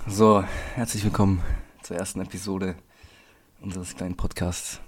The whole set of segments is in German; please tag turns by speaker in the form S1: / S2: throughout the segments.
S1: So, herzlich willkommen zur ersten Episode unseres kleinen Podcasts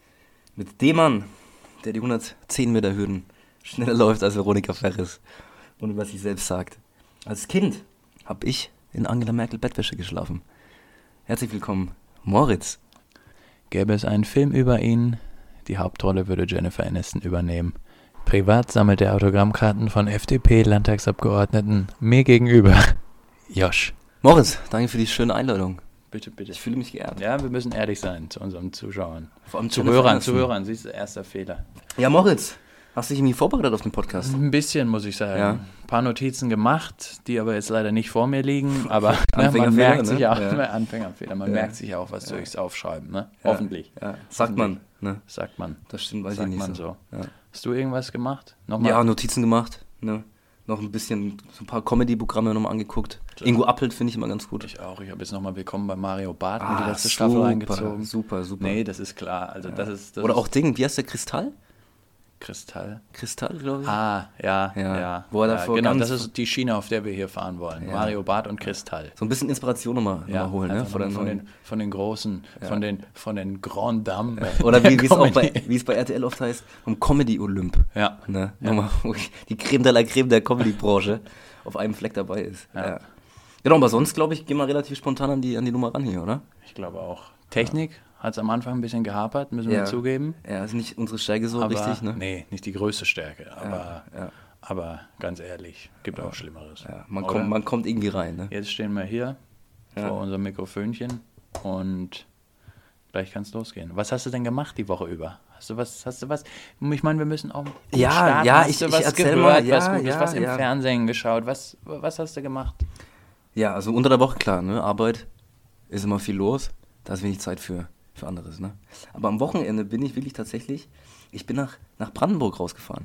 S1: mit dem Mann, der die 110 Meter Hürden schneller läuft als Veronika Ferres und über sich selbst sagt. Als Kind habe ich in Angela Merkel Bettwäsche geschlafen. Herzlich willkommen, Moritz.
S2: Gäbe es einen Film über ihn, die Hauptrolle würde Jennifer Aniston übernehmen. Privat sammelt er Autogrammkarten von FDP-Landtagsabgeordneten mir gegenüber. Josh.
S1: Moritz, danke für die schöne Einladung.
S2: Bitte, bitte.
S1: Ich fühle mich geehrt.
S2: Ja, wir müssen ehrlich sein zu unseren Zuschauern.
S1: Vor allem
S2: Zuhörern, siehst du, erster Fehler.
S1: Ja, Moritz, hast du dich irgendwie vorbereitet auf den Podcast?
S2: Ein bisschen, muss ich sagen.
S1: Ja.
S2: Ein paar Notizen gemacht, die aber jetzt leider nicht vor mir liegen. Aber man
S1: Anfängerfehler,
S2: merkt sich
S1: ne?
S2: auch,
S1: Ja.
S2: Anfängerfehler, man merkt sich auch was durchs Aufschreiben. Ne?
S1: Ja.
S2: Hoffentlich.
S1: Ja. Sagt man. Ne?
S2: Sagt man.
S1: Das stimmt, weiß
S2: Sagt
S1: ich nicht
S2: man so.
S1: Ja.
S2: Hast du irgendwas gemacht? Nochmal?
S1: Ja, Notizen gemacht, ne? Noch ein bisschen, so ein paar Comedy-Programme nochmal angeguckt. Ingo Appelt finde ich immer ganz gut.
S2: Ich auch. Ich habe jetzt nochmal Willkommen bei Mario Barth die letzte Staffel reingezogen.
S1: Super.
S2: Nee, das ist klar. Also das ist
S1: Oder auch Ding, wie heißt der, Kristall?
S2: Kristall.
S1: Kristall, glaube ich.
S2: Ja.
S1: Wo er davor
S2: genau,
S1: ganz-
S2: das ist die Schiene, auf der wir hier fahren wollen.
S1: Ja.
S2: Mario Barth und Kristall.
S1: So ein bisschen Inspiration nochmal holen, ne?
S2: einfach
S1: Von der
S2: von
S1: neuen-
S2: den großen, von den Grand Dames.
S1: Oder
S2: der
S1: wie es auch
S2: Comedy.
S1: wie es bei RTL oft heißt, vom Comedy-Olymp.
S2: Ja.
S1: Ne? Nochmal, wo die Creme de la Creme der Comedy-Branche auf einem Fleck dabei ist. Ja. Genau, aber sonst, glaube ich, gehen wir relativ spontan an die Nummer ran hier, oder?
S2: Ich glaube auch. Technik hat es am Anfang ein bisschen gehapert, müssen wir zugeben.
S1: Ja, ist nicht unsere Stärke so
S2: Aber,
S1: richtig, ne?
S2: Nee, nicht die größte Stärke.
S1: Ja.
S2: Aber ganz ehrlich, gibt auch Schlimmeres.
S1: Ja,
S2: Oder?
S1: man kommt irgendwie rein, ne?
S2: Jetzt stehen wir hier vor unserem Mikrofönchen und gleich kann es losgehen. Was hast du denn gemacht die Woche über? Hast du was? Ich meine, wir müssen auch
S1: Ja,
S2: starten.
S1: ja,
S2: Hast du
S1: ich
S2: was
S1: erzähl
S2: gehört,
S1: mal. Ja,
S2: was Gutes,
S1: ja,
S2: was im
S1: ja.
S2: Fernsehen geschaut? Was hast du gemacht?
S1: Ja, also unter der Woche, klar, ne? Arbeit ist immer viel los. Da ist wenig Zeit für anderes, ne? Aber am Wochenende bin ich wirklich tatsächlich, ich bin nach Brandenburg rausgefahren.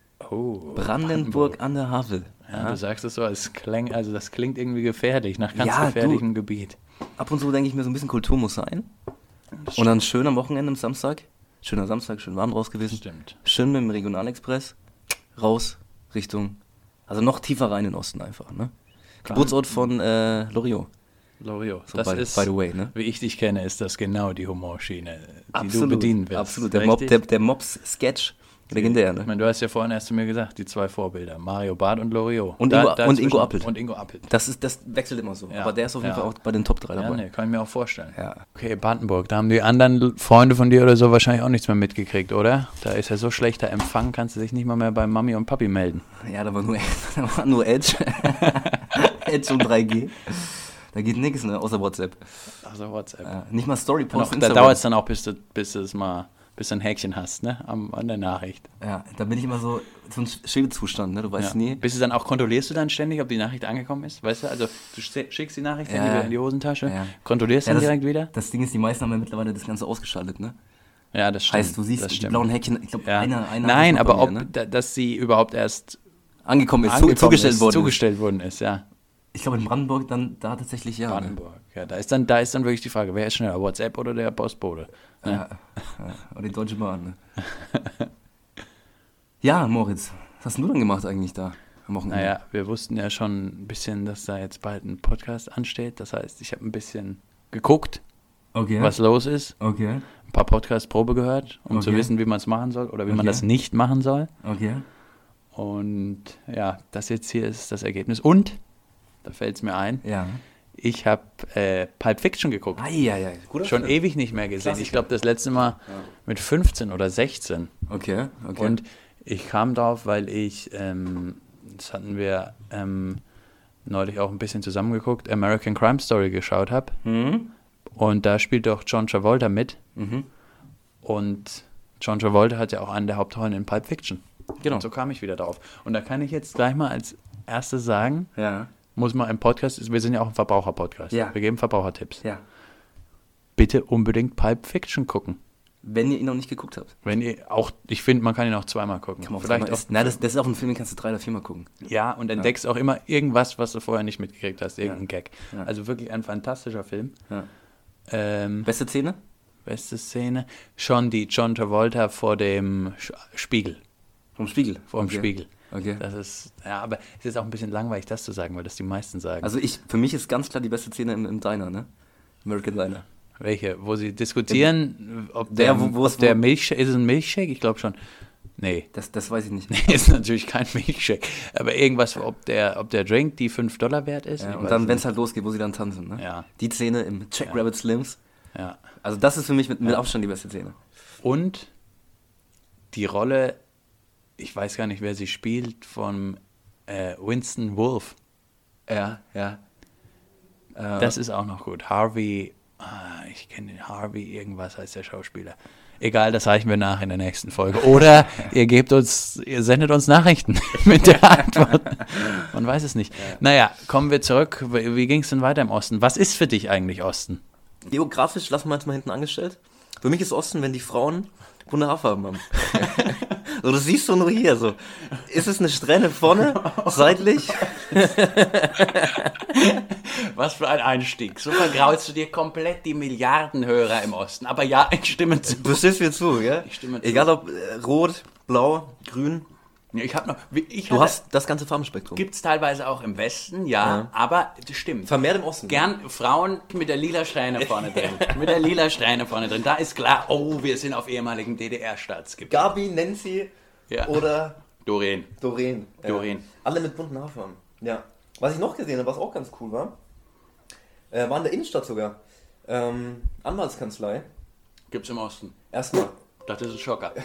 S2: Oh,
S1: Brandenburg an der Havel.
S2: Ja, du sagst es so, also das klingt irgendwie gefährlich, nach ganz
S1: Ja,
S2: gefährlichem Gebiet.
S1: Ab und zu denke ich mir, so ein bisschen Kultur muss sein. Und dann schön am Wochenende, am Samstag. Schöner Samstag, schön warm raus gewesen.
S2: Stimmt.
S1: Schön mit dem Regionalexpress raus, Richtung, also noch tiefer rein in den Osten einfach, ne? Geburtsort von Loriot.
S2: Loriot,
S1: So
S2: das
S1: by
S2: ist,
S1: the way, ne?
S2: wie ich dich kenne, ist das genau die Humorschiene, die
S1: Absolut,
S2: du bedienen willst.
S1: absolut. Der
S2: richtig?
S1: Mops-Sketch, legendär,
S2: Ich
S1: ne?
S2: meine, du hast ja vorhin erst zu mir gesagt, die zwei Vorbilder, Mario Barth und Loriot.
S1: Und Ingo Appelt.
S2: Und Ingo Appelt.
S1: Das wechselt immer so.
S2: Ja.
S1: Aber der ist auf jeden
S2: Ja.
S1: Fall auch bei den Top 3
S2: Ja,
S1: dabei.
S2: nee, kann ich mir auch vorstellen.
S1: Ja.
S2: Okay, Brandenburg, da haben die anderen Freunde von dir oder so wahrscheinlich auch nichts mehr mitgekriegt, oder? Da ist ja so schlechter Empfang, kannst du dich nicht mal mehr bei Mami und Papi melden.
S1: Ja, da war nur Edge. Edge und 3G. Da geht nichts, ne? Außer WhatsApp.
S2: Also WhatsApp.
S1: Nicht mal Story posten.
S2: Da dauert es dann auch, bis du ein Häkchen hast, ne? An der Nachricht.
S1: Ja, da bin ich immer so ein Schwebezustand, ne? Du weißt nie.
S2: Bist du dann auch, kontrollierst du dann ständig, ob die Nachricht angekommen ist? Weißt du, also du schickst die Nachricht dann
S1: Ja.
S2: wieder in die Hosentasche,
S1: Ja.
S2: kontrollierst dann direkt wieder?
S1: Das Ding ist, die meisten haben ja mittlerweile das Ganze ausgeschaltet, ne?
S2: Ja, das stimmt.
S1: Heißt, du siehst
S2: das
S1: die
S2: stimmt.
S1: blauen Häkchen, ich glaube,
S2: Ja.
S1: einer
S2: Nein,
S1: ist noch
S2: aber
S1: bei
S2: ob,
S1: mir, ne?
S2: dass sie überhaupt erst
S1: Angekommen ist,
S2: angekommen
S1: zugestellt
S2: ist,
S1: worden.
S2: zugestellt worden ist, ja.
S1: Ich glaube, in Brandenburg dann da tatsächlich ja.
S2: Brandenburg, ja, da ist dann wirklich die Frage, wer ist schneller, WhatsApp oder der Postbote?
S1: Ne? Ja. Oder die Deutsche Bahn, ne? Ja, Moritz, was hast du denn gemacht eigentlich da am Wochenende?
S2: Naja, wir wussten ja schon ein bisschen, dass da jetzt bald ein Podcast ansteht. Das heißt, ich habe ein bisschen geguckt,
S1: Okay.
S2: was los ist.
S1: Okay.
S2: Ein paar Podcast-Probe gehört, um zu
S1: Okay.
S2: wissen, wie man es machen soll oder wie man
S1: Okay.
S2: das nicht machen soll.
S1: Okay.
S2: Und ja, das jetzt hier ist das Ergebnis. Und, da fällt es mir ein,
S1: Ja.
S2: ich habe Pulp Fiction geguckt.
S1: Ja. Guter
S2: Schon
S1: Film.
S2: ewig nicht mehr gesehen.
S1: Klassiker.
S2: Ich glaube, das letzte Mal mit 15 oder 16.
S1: Okay.
S2: Und ich kam drauf, weil ich, das hatten wir neulich auch ein bisschen zusammengeguckt, American Crime Story geschaut habe. Und da spielt auch John Travolta mit. Und John Travolta hat ja auch eine der Hauptrollen in Pulp Fiction.
S1: Genau.
S2: Und so kam ich wieder drauf. Und da kann ich jetzt gleich mal als erstes sagen,
S1: Ja.
S2: muss man im Podcast, wir sind ja auch ein Verbraucher-Podcast.
S1: Ja.
S2: Wir geben Verbrauchertipps.
S1: Ja.
S2: Bitte unbedingt Pulp Fiction gucken.
S1: Wenn ihr ihn noch nicht geguckt habt.
S2: Wenn ihr auch, ich finde, man kann ihn auch zweimal gucken.
S1: Kann man auch
S2: Vielleicht
S1: zweimal-
S2: auch,
S1: Nein, das ist auch ein Film, den kannst du 3 oder 4 Mal gucken.
S2: ja, und entdeckst auch immer irgendwas, was du vorher nicht mitgekriegt hast, irgendein Gag.
S1: Ja.
S2: Also wirklich ein fantastischer Film.
S1: Ja.
S2: Beste
S1: Beste Szene?
S2: Szene? Schon die John Travolta vor dem Spiegel.
S1: Vom Spiegel.
S2: Vor dem
S1: Okay.
S2: Spiegel.
S1: Okay.
S2: Das ist, ja, aber es ist auch ein bisschen langweilig, das zu sagen, weil das die meisten sagen.
S1: Also für mich ist ganz klar die beste Szene im Diner, ne? American Diner.
S2: Welche? Wo sie diskutieren, ob
S1: wo
S2: der Milchshake, ist es ein Milchshake? Ich glaube schon. Nee.
S1: Das weiß ich nicht.
S2: Nee, ist natürlich kein Milchshake. Aber irgendwas, ob der Drink die $5 wert ist.
S1: Ja, und dann, wenn es halt losgeht, wo sie dann tanzen, ne?
S2: Ja.
S1: Die Szene im Jackrabbit Slims.
S2: Ja.
S1: Also das ist für mich mit Abstand die beste Szene.
S2: Und die Rolle, ich weiß gar nicht, wer sie spielt, von Winston Wolfe.
S1: Ja.
S2: Das ist auch noch gut. Harvey, ich kenne den Harvey, irgendwas heißt der Schauspieler. Egal, das reichen wir nach in der nächsten Folge. Oder ihr sendet uns Nachrichten mit der Antwort. Man weiß es nicht. Ja. Naja, kommen wir zurück. Wie ging es denn weiter im Osten? Was ist für dich eigentlich Osten?
S1: Geografisch, lassen wir jetzt mal hinten angestellt. Für mich ist Osten, wenn die Frauen bunte Haarfarben haben. So, das siehst du nur hier. So. Ist es eine Strähne vorne, seitlich?
S2: Was für ein Einstieg. So vergraulst du dir komplett die Milliardenhörer im Osten. Aber ja, ich stimme zu.
S1: Du stimmst mir zu, ja?
S2: Ich stimme zu.
S1: Egal ob rot, blau, grün.
S2: Ja,
S1: du hast das ganze Farbenspektrum.
S2: Gibt es teilweise auch im Westen, ja, aber das stimmt.
S1: Vermehrt im Osten.
S2: Gern Frauen mit der lila Strähne vorne drin. Da ist klar, oh, wir sind auf ehemaligen DDR-Staatsgebiet.
S1: Gabi, Nancy oder
S2: Doreen.
S1: Alle mit bunten Haarfarben. Ja. Was ich noch gesehen habe, was auch ganz cool war, war in der Innenstadt sogar. Anwaltskanzlei.
S2: Gibt's im Osten.
S1: Erstmal.
S2: Das ist ein Schocker.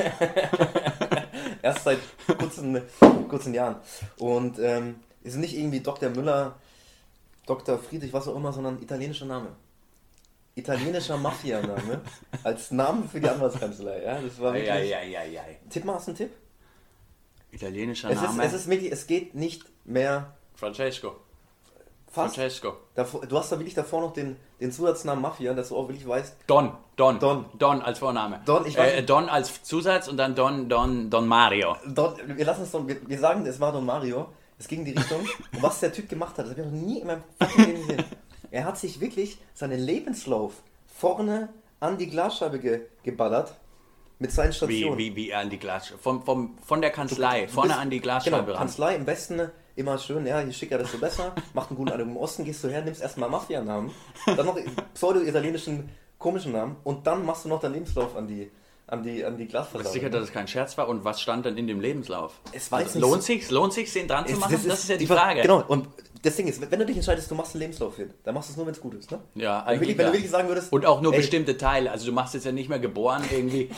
S1: Erst seit kurzen Jahren. Und ist nicht irgendwie Dr. Müller, Dr. Friedrich, was auch immer, sondern italienischer Name. Italienischer Mafia-Name als Name für die Anwaltskanzlei. Ja, das war wirklich... Tipp mal, hast du einen Tipp?
S2: Italienischer Name?
S1: Es geht nicht mehr...
S2: Francesco.
S1: Fast.
S2: Francesco.
S1: Du hast da wirklich davor noch den Zusatznamen Mafia, dass du auch wirklich weißt...
S2: Don als Vorname. Don als Zusatz und dann Don Mario.
S1: Wir sagen, es war Don Mario. Es ging in die Richtung. Und was der Typ gemacht hat, das habe ich noch nie in meinem fucking Leben gesehen. Er hat sich wirklich seinen Lebenslauf vorne an die Glasscheibe geballert. Mit seinen Stationen.
S2: Wie an die Glasscheibe? Von der Kanzlei, vorne an die Glasscheibe
S1: ran. Kanzlei im Westen immer schön, ja, je schicker, desto besser. Macht einen guten Eindruck. Im Osten gehst du her, nimmst erstmal Mafia-Namen, dann noch pseudo-italienischen komischen Namen und dann machst du noch deinen Lebenslauf an die Glasfassade.
S2: Bist du sicher, dass es kein Scherz war? Und was stand dann in dem Lebenslauf?
S1: Es weiß
S2: also, lohnt sich, den dran zu machen? Das ist ja die Frage.
S1: Genau, und das Ding ist, wenn du dich entscheidest, du machst einen Lebenslauf hin, dann machst du es nur, wenn es gut ist, ne?
S2: Ja,
S1: wenn du wirklich sagen würdest...
S2: Und auch nur bestimmte Teile, also du machst jetzt ja nicht mehr geboren, irgendwie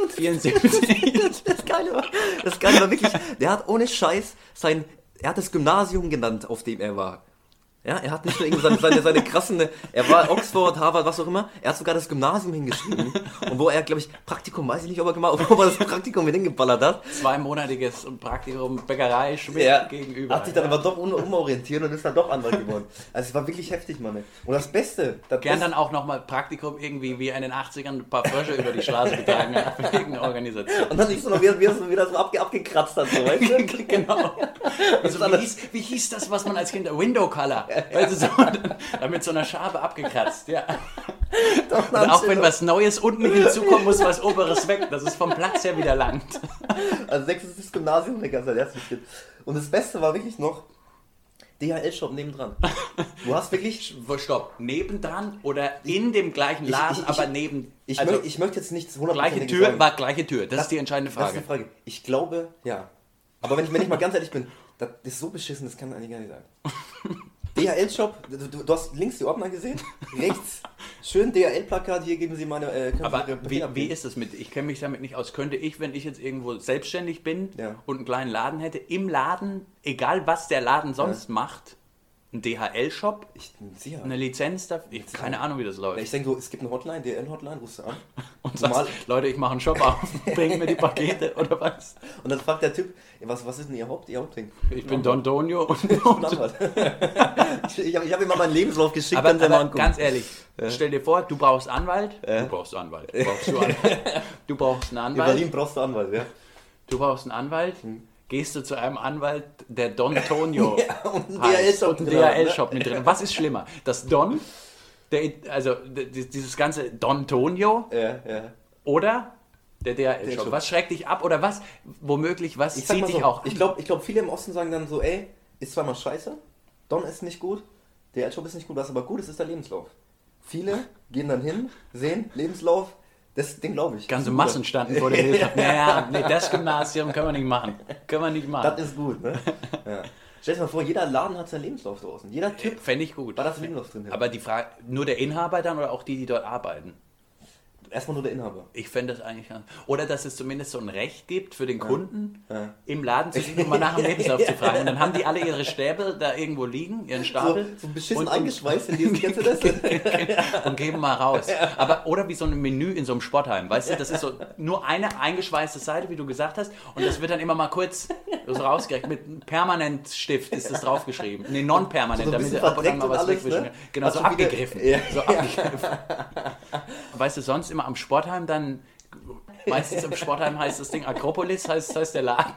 S2: 74.
S1: Das Geile war wirklich, der hat ohne Scheiß er hat das Gymnasium genannt, auf dem er war. Ja, er hat nicht nur irgendwie seine krassen, er war Oxford, Harvard, was auch immer, er hat sogar das Gymnasium hingeschrieben. Und wo er, glaube ich, Praktikum, weiß ich nicht, ob er das Praktikum mit hingeballert hat.
S2: 2-monatiges Praktikum, Bäckerei, Schmidt gegenüber.
S1: Hat sich dann aber doch umorientiert und ist dann doch Anwalt geworden. Also es war wirklich heftig, Mann. Und das Beste...
S2: Dann auch nochmal Praktikum irgendwie wie in den 80ern ein paar Frösche über die Straße getragen hat für irgendeine Organisation.
S1: Und dann siehst du noch, wie er so abgekratzt hat, so, weißt du?
S2: Genau. Also, wie hieß das, was man als Kind... Window Color. Also so, mit so einer Schabe abgekratzt, ja. Und auch wenn was Neues unten hinzukommt, muss was Oberes weg, dass es vom Platz her wieder langt.
S1: Also 6. Gymnasium, der ganze erste Schritt. Und das Beste war wirklich noch DHL-Shop nebendran. Du hast wirklich...
S2: Stopp, nebendran oder in dem gleichen Laden, aber neben...
S1: Ich möchte jetzt nicht 100%
S2: gleiche Tür sagen. War gleiche Tür, das ist die entscheidende Frage.
S1: Das ist die Frage. Ich glaube, ja. Aber wenn ich mal ganz ehrlich bin, das ist so beschissen, das kann eigentlich gar nicht sein. DHL-Shop, du hast links die Ordner gesehen, rechts schön DHL-Plakat, hier geben Sie meine...
S2: Aber wie ist das mit, ich kenne mich damit nicht aus, könnte ich, wenn ich jetzt irgendwo selbstständig bin und einen kleinen Laden hätte, im Laden, egal was der Laden sonst macht, ein DHL-Shop, eine Lizenz dafür, keine Ahnung, wie das läuft.
S1: Ich denke, es gibt eine Hotline, DHL-Hotline, rufst du an.
S2: Und sagst, Leute, ich mache einen Shop auf, bringt mir die Pakete oder was?
S1: Und dann fragt der Typ, was ist denn Ihr Hauptding?
S2: Ich bin Don Tonio und
S1: ich habe ihm mal meinen Lebenslauf geschickt.
S2: Aber ganz ehrlich, stell dir vor, du brauchst Anwalt. Du brauchst Anwalt. Du brauchst einen Anwalt.
S1: In Berlin brauchst du Anwalt, ja.
S2: Du brauchst einen Anwalt. Gehst du zu einem Anwalt, der Don Tonio
S1: und einen
S2: DHL-Shop mit drin. Was ist schlimmer? Das Don, dieses ganze Don Tonio oder Der DHL-Shop. Was schreckt dich ab oder was, womöglich, was
S1: Ich sag
S2: zieht
S1: mal
S2: dich
S1: so,
S2: auch an?
S1: ich glaube, viele im Osten sagen dann so, ey, ist zweimal scheiße, Don ist nicht gut, der DHL-Shop ist nicht gut, was aber gut ist, ist der Lebenslauf. Viele gehen dann hin, sehen, Lebenslauf, das Ding glaube ich.
S2: Ganze Massen standen vor dem Lebenslauf. Naja, nee, das Gymnasium können wir nicht machen. Können wir nicht machen.
S1: Das ist gut, ne? Ja. Stell dir mal vor, jeder Laden hat seinen Lebenslauf draußen. Jeder Typ
S2: Fände ich gut.
S1: war das Lebenslauf drin.
S2: Aber die Frage, nur der Inhaber dann oder auch die dort arbeiten?
S1: Erstmal nur der Inhaber.
S2: Ich fände das eigentlich ganz... Oder dass es zumindest so ein Recht gibt für den Kunden,
S1: Ja.
S2: im Laden zu gehen und mal nach dem Lebenslauf zu fragen. Und dann haben die alle ihre Stäbe da irgendwo liegen, ihren Stapel.
S1: So beschissen eingeschweißt in diesen kennst du das?
S2: Und geben mal raus. Aber, oder wie so ein Menü in so einem Sportheim. Weißt du, das ist so nur eine eingeschweißte Seite, wie du gesagt hast. Und das wird dann immer mal kurz so rausgerechnet. Mit einem Permanentstift ist das draufgeschrieben. Nee, non-permanent,
S1: So ein
S2: damit
S1: bisschen
S2: du ab und an mal was
S1: verdreckt und
S2: wegwischen
S1: alles,
S2: kannst.
S1: ne?
S2: Genau,
S1: Hast
S2: so
S1: du wieder-
S2: abgegriffen.
S1: Ja.
S2: So abgegriffen. Weißt du, sonst immer am Sportheim dann, meistens im Sportheim heißt das Ding Akropolis, heißt der Laden.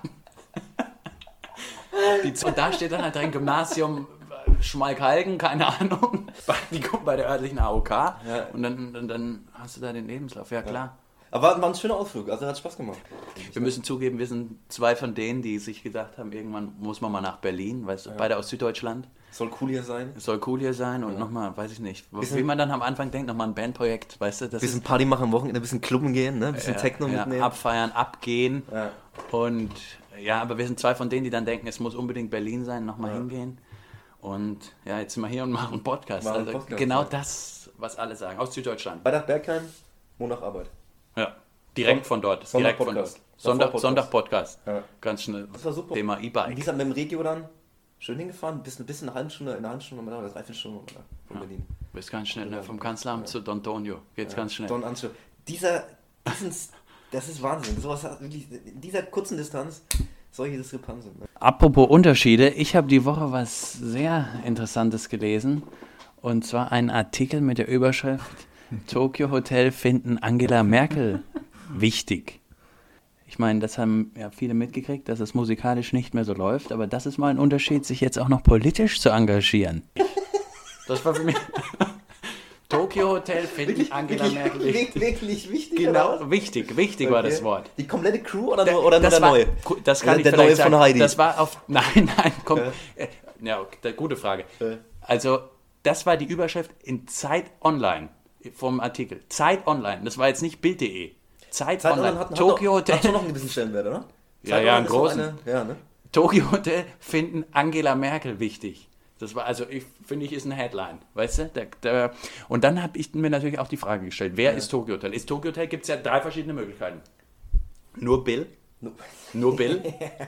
S2: Und da steht dann halt drin Gymnasium Schmalkalden, keine Ahnung, bei der örtlichen AOK.
S1: Ja.
S2: Und dann hast du da den Lebenslauf, ja klar.
S1: Aber war ein schöner Ausflug, also hat Spaß gemacht.
S2: Wir müssen zugeben, wir sind zwei von denen, die sich gedacht haben, irgendwann muss man mal nach Berlin, weißt du, beide aus Süddeutschland.
S1: Soll cool hier sein.
S2: Es soll cool hier sein und nochmal, weiß ich nicht, wie man dann am Anfang denkt, nochmal ein Bandprojekt, weißt du, das
S1: Bisschen Party machen am Wochenende, ein bisschen Klubben gehen, ne? Ein bisschen Techno mitnehmen.
S2: abfeiern, abgehen.
S1: Ja.
S2: Und ja, aber wir sind zwei von denen, die dann denken, es muss unbedingt Berlin sein, nochmal hingehen. Und ja, jetzt sind wir hier und machen einen Podcast.
S1: Machen einen
S2: Also
S1: Podcast,
S2: genau
S1: ja.
S2: das, was alle sagen, aus Süddeutschland.
S1: Bad Bergheim, Monat Arbeit.
S2: Ja, direkt von dort.
S1: Sonntag
S2: Direkt von
S1: Podcast.
S2: dort.
S1: Davor
S2: Sonntag Podcast.
S1: Ja.
S2: Ganz schnell.
S1: Das war super.
S2: Thema
S1: Und wie
S2: E-Bike.
S1: gesagt, mit dem Regio dann schön hingefahren, bis eine halbe Stunde, in einer halben Stunde, oder 3-4 Stunden von Berlin.
S2: Bist ganz schnell, ne? Vom Kanzleramt zu Don Tonio. Geht's ganz schnell.
S1: Don Anschluss. Das ist Wahnsinn. Sowas hat wirklich, in dieser kurzen Distanz solche Diskrepanzen. Ne?
S2: Apropos Unterschiede, ich habe die Woche was sehr Interessantes gelesen. Und zwar einen Artikel mit der Überschrift Tokyo Hotel finden Angela Merkel wichtig. Ich meine, das haben ja viele mitgekriegt, dass es musikalisch nicht mehr so läuft, aber das ist mal ein Unterschied, sich jetzt auch noch politisch zu engagieren. Das war für mich... Tokyo Hotel finden Angela Merkel wichtig.
S1: Wirklich wichtig? Oder
S2: Genau, wichtig war das Wort.
S1: Die komplette Crew oder nur der
S2: war,
S1: neue?
S2: Das kann
S1: Der
S2: ich
S1: neue
S2: vielleicht sagen.
S1: von Heidi.
S2: Das war auf... Nein, komm. Ja, okay, gute Frage. Also, das war die Überschrift in Zeit Online vom Artikel. Zeit Online. Das war jetzt nicht Bild.de. Zeit Online. Tokyo Hotel.
S1: Hat schon noch einen gewissen Stellenwert, oder?
S2: Ja, einen großen.
S1: Ne?
S2: Tokyo Hotel finden Angela Merkel wichtig. Das war, also finde ich, ist eine Headline, weißt du? Und dann habe ich mir natürlich auch die Frage gestellt, wer ist Tokyo Hotel? Ist Tokyo Hotel, gibt es ja 3 verschiedene Möglichkeiten. Nur Bill, nur Bill,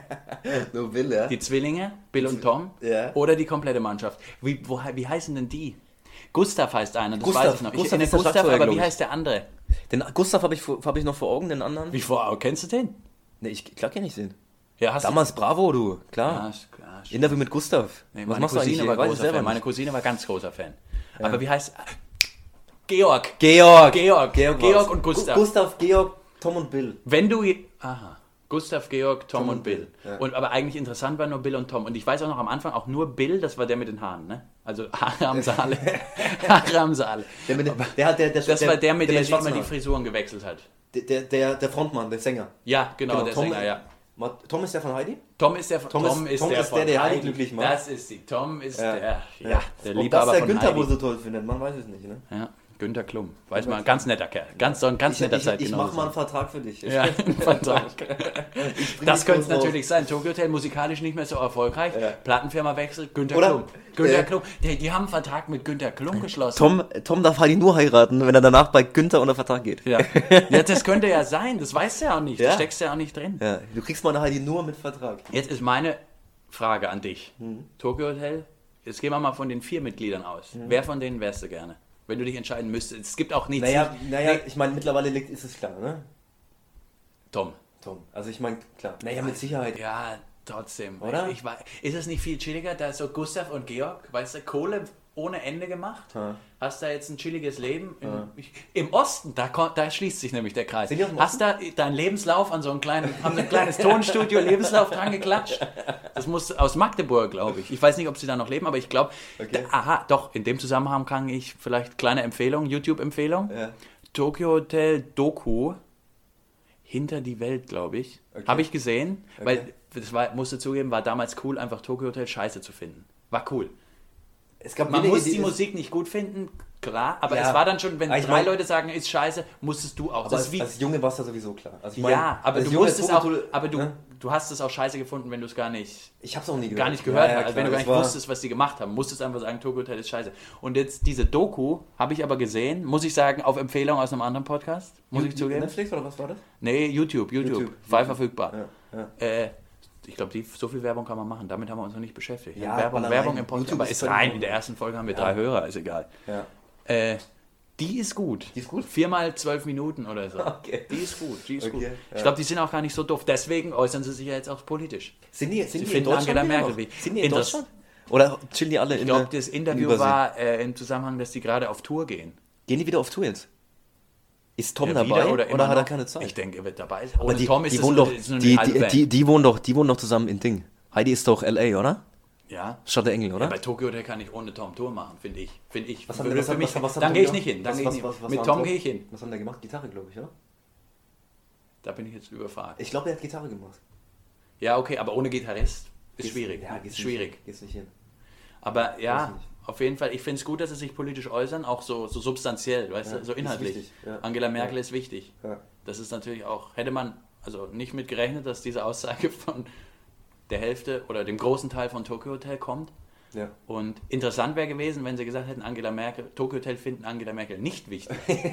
S1: Nur Will, ja.
S2: die Zwillinge, Bill und Tom,
S1: Ja.
S2: oder die komplette Mannschaft. Wie heißen denn die? Gustav heißt einer, das
S1: Gustav.
S2: weiß ich noch. Ich
S1: Gustav
S2: kenne
S1: ist der
S2: Gustav,
S1: Schlagzeuger,
S2: aber
S1: glaub
S2: wie
S1: ich.
S2: heißt der andere?
S1: Den Gustav habe ich noch vor Augen, den anderen.
S2: Wie vor, kennst du den?
S1: Ne, klar kenn ich den.
S2: Ja, hast
S1: Damals Bravo, du,
S2: du?
S1: klar.
S2: Ja,
S1: Interview mit Gustav.
S2: Nee,
S1: Was
S2: meine
S1: machst du eigentlich
S2: Cousine
S1: hier?
S2: war
S1: Weiß ich
S2: großer
S1: selber
S2: Fan. Meine
S1: nicht.
S2: Cousine war ganz großer Fan. Aber wie heißt... Georg
S1: Georg
S2: und Gustav.
S1: Gustav, Georg, Tom und Bill.
S2: Wenn du... Aha. Gustav, Georg, Tom und Bill.
S1: Ja.
S2: Aber eigentlich interessant war nur Bill und Tom. Und ich weiß auch noch am Anfang auch nur Bill, das war der mit den Haaren, ne? Also Haram Saleh. Haram Saleh.
S1: Das
S2: war der, mit dem sich immer die Frisuren gewechselt hat.
S1: Der Frontmann, der Sänger.
S2: Ja, genau, der
S1: Tom,
S2: Sänger, ja.
S1: Tom ist der von Heidi?
S2: Tom ist der
S1: Tom ist der,
S2: von
S1: der Heidi
S2: Heidi.
S1: glücklich macht.
S2: Das ist sie. Tom ist der
S1: Ob
S2: Liebhaber
S1: das der
S2: von
S1: Günther
S2: Heidi.
S1: wohl so toll findet, man weiß es nicht, ne?
S2: Ja, Günther Klum. Weiß man, ganz netter Kerl. Ganz netter Zeit.
S1: Ich mach mal einen Vertrag für dich.
S2: Ja, einen Vertrag. Das könnte es natürlich sein. Tokyo Hotel musikalisch nicht mehr so erfolgreich.
S1: Ja.
S2: Plattenfirma wechselt. Günther
S1: Oder-
S2: Klum. Günther Klum. Die haben einen Vertrag mit Günther Klum geschlossen.
S1: Tom darf Heidi nur heiraten, wenn er danach bei Günther unter Vertrag geht.
S2: Ja. Ja, das könnte ja sein. Das weißt du ja auch nicht.
S1: Ja.
S2: Da steckst du ja auch nicht drin.
S1: Ja, du kriegst meine Heidi nur mit Vertrag.
S2: Jetzt ist meine Frage an dich.
S1: Mhm.
S2: Tokyo Hotel, jetzt gehen wir mal von den 4 Mitgliedern aus. Wer von denen wärst du gerne? Wenn du dich entscheiden müsstest. Es gibt auch nichts.
S1: Naja, ich meine, mittlerweile ist es klar, ne?
S2: Tom.
S1: Tom. Also ich meine, klar. Naja, mit Sicherheit.
S2: Ja, trotzdem.
S1: Oder?
S2: Ist es nicht viel chilliger? Da ist so Gustav und Georg, weißt du, Kohle ohne Ende gemacht.
S1: Ja.
S2: Hast da jetzt ein chilliges Leben. Im Osten, da schließt sich nämlich der Kreis.
S1: Sind die aus dem
S2: Hast da deinen Lebenslauf an haben so ein kleines Tonstudio, Lebenslauf dran geklatscht. Das muss aus Magdeburg, glaube ich. Ich weiß nicht, ob sie da noch leben, aber ich glaube,
S1: Okay.
S2: doch, in dem Zusammenhang kann ich vielleicht kleine Empfehlung, YouTube-Empfehlung.
S1: Ja.
S2: Tokyo Hotel Doku Hinter die Welt, glaube ich.
S1: Okay.
S2: Habe ich gesehen,
S1: Okay.
S2: weil, musste zugeben, war damals cool, einfach Tokyo Hotel scheiße zu finden. War cool.
S1: Es gab
S2: Man
S1: wenige,
S2: muss die Musik nicht gut finden, klar, aber
S1: Ja.
S2: es war dann schon, wenn
S1: Aber ich
S2: 3
S1: mein-
S2: Leute sagen, ist scheiße, musstest du auch.
S1: Aber
S2: Das ist wie,
S1: als Junge war es ja sowieso klar. Also ich mein,
S2: ja, aber
S1: als
S2: du
S1: Junge
S2: musstest
S1: Tokyo
S2: auch,
S1: Hotel,
S2: aber
S1: ne?
S2: du hast es auch scheiße gefunden, wenn du es gar nicht
S1: Ich hab's auch nie gehört.
S2: gar nicht gehört
S1: Ja,
S2: hast,
S1: klar,
S2: wenn du gar
S1: das
S2: nicht
S1: war-
S2: wusstest, was die gemacht haben. Musstest einfach sagen, Tokyo Hotel ist scheiße. Und jetzt diese Doku habe ich aber gesehen, muss ich sagen, auf Empfehlung aus einem anderen Podcast, muss ich zugeben.
S1: Netflix oder was war das?
S2: Nee, YouTube. Frei verfügbar.
S1: Ja.
S2: Ich glaube, so viel Werbung kann man machen. Damit haben wir uns noch nicht beschäftigt.
S1: Ja,
S2: Werbung
S1: Ballereien.
S2: im Podcast.
S1: YouTube
S2: Aber
S1: ist
S2: ist rein.
S1: völlig-
S2: In der ersten Folge haben wir
S1: Ja.
S2: 3 Hörer, ist egal.
S1: Ja.
S2: Die ist gut.
S1: Die ist gut?
S2: 4 x 12 Minuten oder so.
S1: Okay.
S2: Die ist gut, die ist
S1: Okay,
S2: gut.
S1: ja.
S2: Ich glaube, die sind auch gar nicht so doof. Deswegen äußern sie sich ja jetzt auch politisch.
S1: Sind die in
S2: finden
S1: Deutschland
S2: Angela
S1: wieder
S2: Merkel
S1: noch?
S2: wie-
S1: Sind die in
S2: Interess-
S1: Deutschland? Oder chillen die alle
S2: Ich
S1: in
S2: glaube,
S1: der
S2: das Interview
S1: Übersee?
S2: war im Zusammenhang, dass die gerade auf Tour gehen.
S1: Gehen die wieder auf Tour jetzt? Ist Tom
S2: Ja,
S1: dabei
S2: wieder
S1: oder
S2: immer
S1: hat er
S2: noch?
S1: keine Zeit?
S2: Ich denke, er wird dabei sein.
S1: Aber
S2: Ohne Tom ist
S1: die
S2: es
S1: wohnen doch,
S2: ist nur eine halbe Band.
S1: die wohnen doch zusammen in Ding. Heidi ist doch L.A., oder?
S2: Ja.
S1: Stadt der Engel,
S2: Ja,
S1: oder?
S2: bei Tokyo Hotel kann ich ohne Tom Tour machen, finde ich.
S1: Was haben die- was haben
S2: Dann
S1: die
S2: gehe ich
S1: gemacht?
S2: nicht hin. Dann
S1: Was-
S2: gehe ich
S1: was-
S2: nicht.
S1: was- was
S2: Mit
S1: war
S2: Tom
S1: Tom?
S2: gehe ich hin.
S1: Was haben der gemacht? Gitarre, glaube ich, oder?
S2: Da bin ich jetzt überfragt.
S1: Ich glaube, der hat Gitarre gemacht.
S2: Ja, okay, aber ohne Gitarrist ist
S1: Geht's-
S2: schwierig.
S1: Ja,
S2: Ist schwierig.
S1: Geht's nicht hin.
S2: Aber
S1: Weiß
S2: ja,
S1: nicht.
S2: auf jeden Fall, ich finde es gut, dass sie sich politisch äußern, auch so substanziell, weißt
S1: Ja,
S2: du, so
S1: ist
S2: inhaltlich.
S1: wichtig, ja.
S2: Angela Merkel
S1: Ja.
S2: ist wichtig.
S1: Ja.
S2: Das ist natürlich auch, hätte man also nicht mit gerechnet, dass diese Aussage von der Hälfte oder dem großen Teil von Tokyo Hotel kommt.
S1: Ja.
S2: Und interessant wäre gewesen, wenn sie gesagt hätten, Tokyo Hotel finden Angela Merkel nicht wichtig.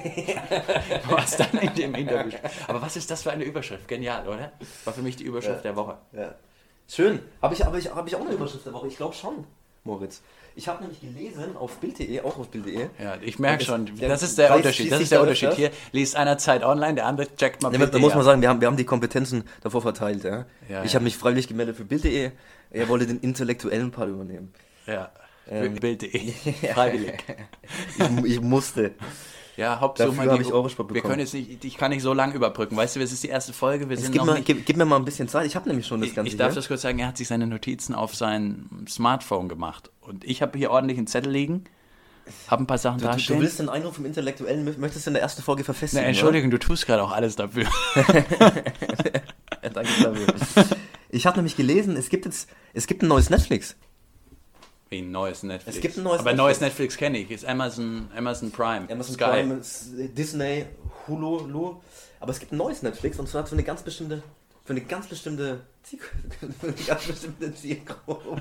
S2: Was dann in dem Interview steht. Aber was ist das für eine Überschrift? Genial, oder? War für mich die Überschrift der Woche.
S1: Ja. Schön. Habe ich auch eine Überschrift der Woche? Ich glaube schon, Moritz. Ich habe nämlich gelesen auf Bild.de, auch auf Bild.de.
S2: Ja, ich merke schon,
S1: der
S2: das ist der
S1: Preis
S2: Unterschied.
S1: schließt
S2: Das
S1: sich
S2: ist der
S1: da
S2: Unterschied.
S1: öfters.
S2: Hier liest einer Zeit online, der andere checkt mal
S1: Ja,
S2: Bild.de
S1: da muss man
S2: ab.
S1: sagen, wir haben die Kompetenzen davor verteilt. Ja?
S2: Ja,
S1: ich
S2: ja.
S1: habe mich freiwillig gemeldet für Bild.de. Er wollte den intellektuellen Part übernehmen.
S2: Ja, für Bild.de. Freiwillig.
S1: Ich musste.
S2: Ja, Hauptsache
S1: Dafür
S2: mal
S1: habe ich Eurosport
S2: wir
S1: bekommen.
S2: können jetzt nicht, ich kann nicht so lang überbrücken. Weißt du, es ist die erste Folge, wir sind
S1: Gib,
S2: noch
S1: mal,
S2: nicht...
S1: gib mir mal ein bisschen Zeit. Ich habe nämlich schon das Ganze
S2: Ich darf
S1: hier.
S2: das kurz sagen, er hat sich seine Notizen auf sein Smartphone gemacht. Und ich habe hier ordentlich einen Zettel liegen, habe ein paar Sachen
S1: Du
S2: dastehen.
S1: willst den Eindruck vom Intellektuellen, möchtest du in der ersten Folge verfestigen,
S2: Na, Entschuldigung, du tust gerade auch alles dafür.
S1: oder? Ja, danke dafür. Ich habe nämlich gelesen, es gibt ein neues Netflix.
S2: Wie ein neues Netflix.
S1: Es gibt ein neues
S2: Aber
S1: Netflix.
S2: neues Netflix kenne ich, ist Amazon Prime.
S1: Amazon
S2: Sky.
S1: Prime, Disney, Hulu. Aber es gibt ein neues Netflix und zwar für eine ganz bestimmte Zielgruppe.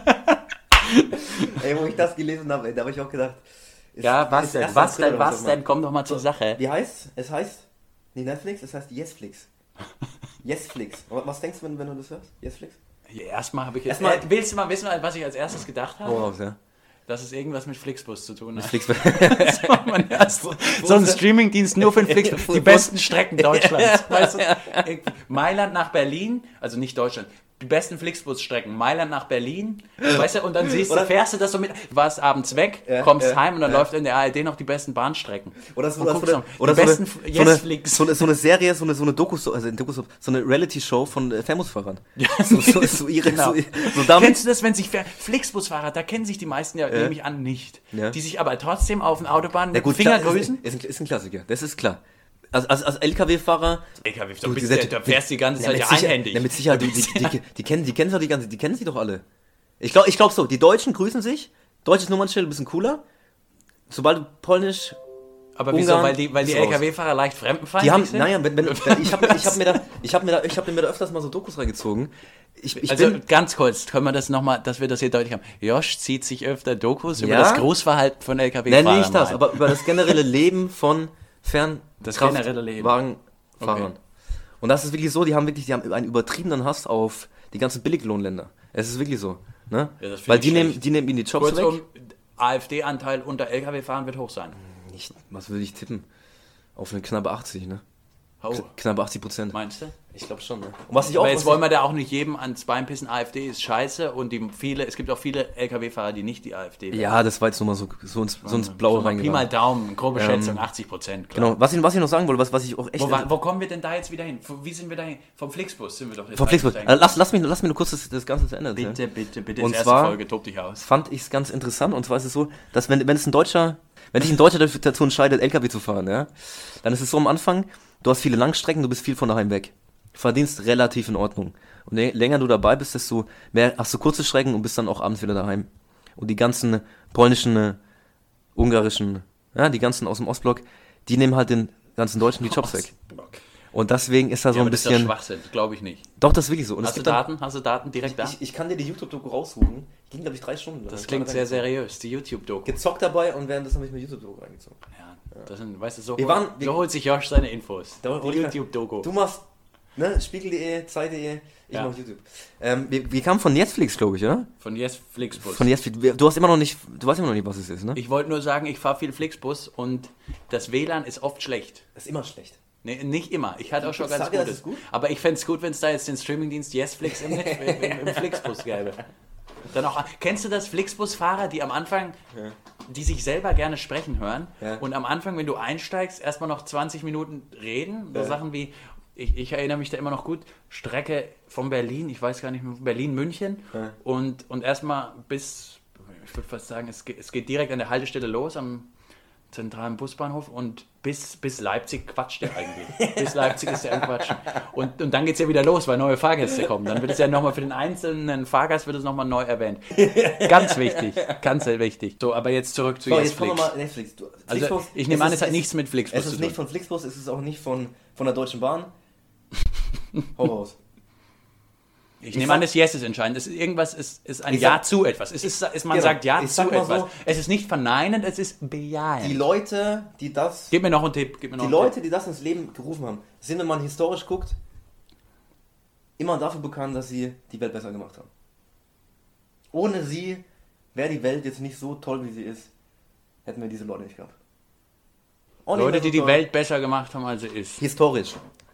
S1: Ey, wo ich das gelesen habe, da habe ich auch gedacht.
S2: Ja, was
S1: ist
S2: denn?
S1: erst
S2: Was
S1: April
S2: denn?
S1: oder
S2: Was denn? Komm doch mal zur Sache.
S1: Wie heißt es? Heißt nicht Netflix, es heißt Yesflix. Yesflix. Was denkst du, wenn du das hörst? Yesflix?
S2: Ja, erstmal habe ich jetzt.
S1: Erstmal-
S2: Willst du mal wissen, was ich als erstes gedacht habe?
S1: Woraus, ja?
S2: Dass es irgendwas mit Flixbus zu tun hat.
S1: Flix.
S2: Das war mein erster- so ein Streamingdienst nur für den Flixbus. Die besten Strecken Deutschlands. Weißt du? Mailand nach Berlin, also nicht Deutschland. Die besten Flixbus-Strecken, Mailand nach Berlin, weißt du, und dann fährst du das so mit, warst abends weg, kommst heim und dann läuft in der ARD noch die besten Bahnstrecken.
S1: Oder so,
S2: Und guckst noch,
S1: oder
S2: die
S1: so,
S2: besten Yes-Flix.
S1: so eine Serie, so eine Doku, so eine Reality-Show von Famusfahrern.
S2: Genau.
S1: So damit,
S2: Kennst du das, wenn sich Flixbusfahrer, da kennen sich die meisten ja, nehme ich an, nicht.
S1: Ja.
S2: Die sich aber trotzdem auf den Autobahnen
S1: na
S2: mit
S1: gut,
S2: Finger
S1: klar,
S2: grüßen.
S1: ist ein Klassiker, das ist klar. Als LKW-Fahrer.
S2: Da fährst du die ganze Zeit ja einhändig.
S1: Ja, mit Sicherheit, die kennen sie doch alle. Ich glaube so, die Deutschen grüßen sich, deutsches Nummernschild ein bisschen cooler. Sobald du Polnisch.
S2: Aber wieso?
S1: Ungarn,
S2: Weil die
S1: ist raus.
S2: LKW-Fahrer leicht fremdenfeindlich
S1: Die haben,
S2: sind?
S1: naja, ich hab mir da öfters mal so Dokus reingezogen. Ich
S2: Also
S1: bin,
S2: ganz kurz, können wir das nochmal, dass wir das hier deutlich haben. Josh zieht sich öfter Dokus über
S1: Ja?
S2: das Großverhalten von LKW-Fahrern.
S1: nein, nicht das,
S2: rein.
S1: aber über das generelle Leben von
S2: Das generelle Leben.
S1: Fernkraftwagenfahrern.
S2: Okay.
S1: Und das ist wirklich so, die haben einen übertriebenen Hass auf die ganzen Billiglohnländer. Es ist wirklich so. Ne?
S2: Ja, das find
S1: Weil
S2: ich
S1: die
S2: schlecht.
S1: nehmen ihnen die Jobs weg.
S2: Kurzum, AfD-Anteil unter LKW-Fahren wird hoch sein.
S1: Was würde ich tippen? Auf eine knappe 80, ne?
S2: Oh,
S1: Knappe 80%.
S2: meinst du?
S1: Ich glaube schon, ne? Und was ich auch...
S2: Aber jetzt wollen wir da auch nicht jedem ans Bein pissen, AfD ist scheiße und es gibt auch viele LKW-Fahrer, die nicht die AfD wählen.
S1: Ja, das war jetzt nur mal so ins Blaue
S2: Pi mal
S1: reingegangen.
S2: Daumen, grobe Schätzung, 80%. Klar.
S1: Genau, was ich noch sagen wollte, was ich auch echt...
S2: Wo kommen wir denn da jetzt wieder hin? Wie sind wir da hin? Vom Flixbus sind wir doch jetzt
S1: Vom Flixbus.
S2: eigentlich dahin.
S1: Lass mich nur kurz das Ganze zu Ende erzählen.
S2: Bitte,
S1: Und
S2: ist erste
S1: zwar-
S2: Folge, tob dich aus.
S1: Fand ich es ganz interessant, und zwar ist es so, dass wenn es ein Deutscher Wenn sich ein Deutscher dazu entscheidet, LKW zu fahren, ja, dann ist es so am Anfang, du hast viele Langstrecken, du bist viel von daheim weg. Du verdienst relativ in Ordnung. Und je länger du dabei bist, desto mehr hast du kurze Strecken und bist dann auch abends wieder daheim. Und die ganzen polnischen, ungarischen, ja, die ganzen aus dem Ostblock, die nehmen halt den ganzen Deutschen die Jobs weg. Und deswegen ist da so ein bisschen...
S2: Das ist doch Schwachsinn, glaube ich nicht.
S1: Doch, das ist wirklich so. Und
S2: Hast du Daten direkt da?
S1: Ich kann dir die YouTube-Doku raussuchen. Die ging, glaube ich, 3 Stunden.
S2: Das klingt sehr seriös, die YouTube-Doku.
S1: Gezockt dabei und währenddessen habe ich mir YouTube-Doku reingezogen.
S2: Ja, das sind, weißt du, so holt sich Josh seine Infos.
S1: Die
S2: YouTube-Doku.
S1: Du machst, ne, Spiegel.de, Zeit.de, ich mach YouTube. Wir kamen von Netflix, glaube ich, oder?
S2: Von Flixbus.
S1: Von Netflix. Du weißt immer noch nicht, was es ist, ne?
S2: Ich wollte nur sagen, ich fahre viel Flixbus und das WLAN ist oft schlecht.
S1: Das ist immer schlecht.
S2: Nee, nicht immer. Ich hatte auch schon ganz
S1: Gutes. Das ist gut.
S2: Aber ich fände es gut, wenn es da jetzt den Streamingdienst Yesflix im Flixbus gäbe. Dann auch, kennst du das, Flixbus-Fahrer, die am Anfang, die sich selber gerne sprechen hören und am Anfang, wenn du einsteigst, erstmal noch 20 Minuten reden, so Sachen wie, ich erinnere mich da immer noch gut, Strecke von Berlin, ich weiß gar nicht mehr, Berlin-München und erstmal bis, ich würde fast sagen, es geht direkt an der Haltestelle los, am zentralen Busbahnhof und bis Leipzig quatscht der eigentlich. Bis Leipzig ist der am Quatschen. Und dann geht es ja wieder los, weil neue Fahrgäste kommen. Dann wird es ja nochmal für den einzelnen Fahrgast wird es nochmal neu erwähnt. Ganz wichtig, ganz sehr wichtig. So, aber jetzt zurück zu
S1: Jetzt kommen wir mal Netflix.
S2: Also ich nehme an, es hat nichts mit Flixbus
S1: zu tun. Es ist nicht von Flixbus, es ist auch nicht von der Deutschen Bahn. Hau raus.
S2: Ich nehme an, das Yes ist entscheidend. Irgendwas ist ein Ja zu etwas. Man sagt Ja zu etwas. So, es ist nicht verneinend, es ist bejahend.
S1: Die Leute, die das...
S2: Gib mir noch einen Tipp.
S1: Die das ins Leben gerufen haben, sind, wenn man historisch guckt, immer dafür bekannt, dass sie die Welt besser gemacht haben. Ohne sie wäre die Welt jetzt nicht so toll, wie sie ist. Hätten wir diese Leute nicht gehabt.
S2: Leute, die die Welt besser gemacht haben, als sie ist.
S1: Historisch.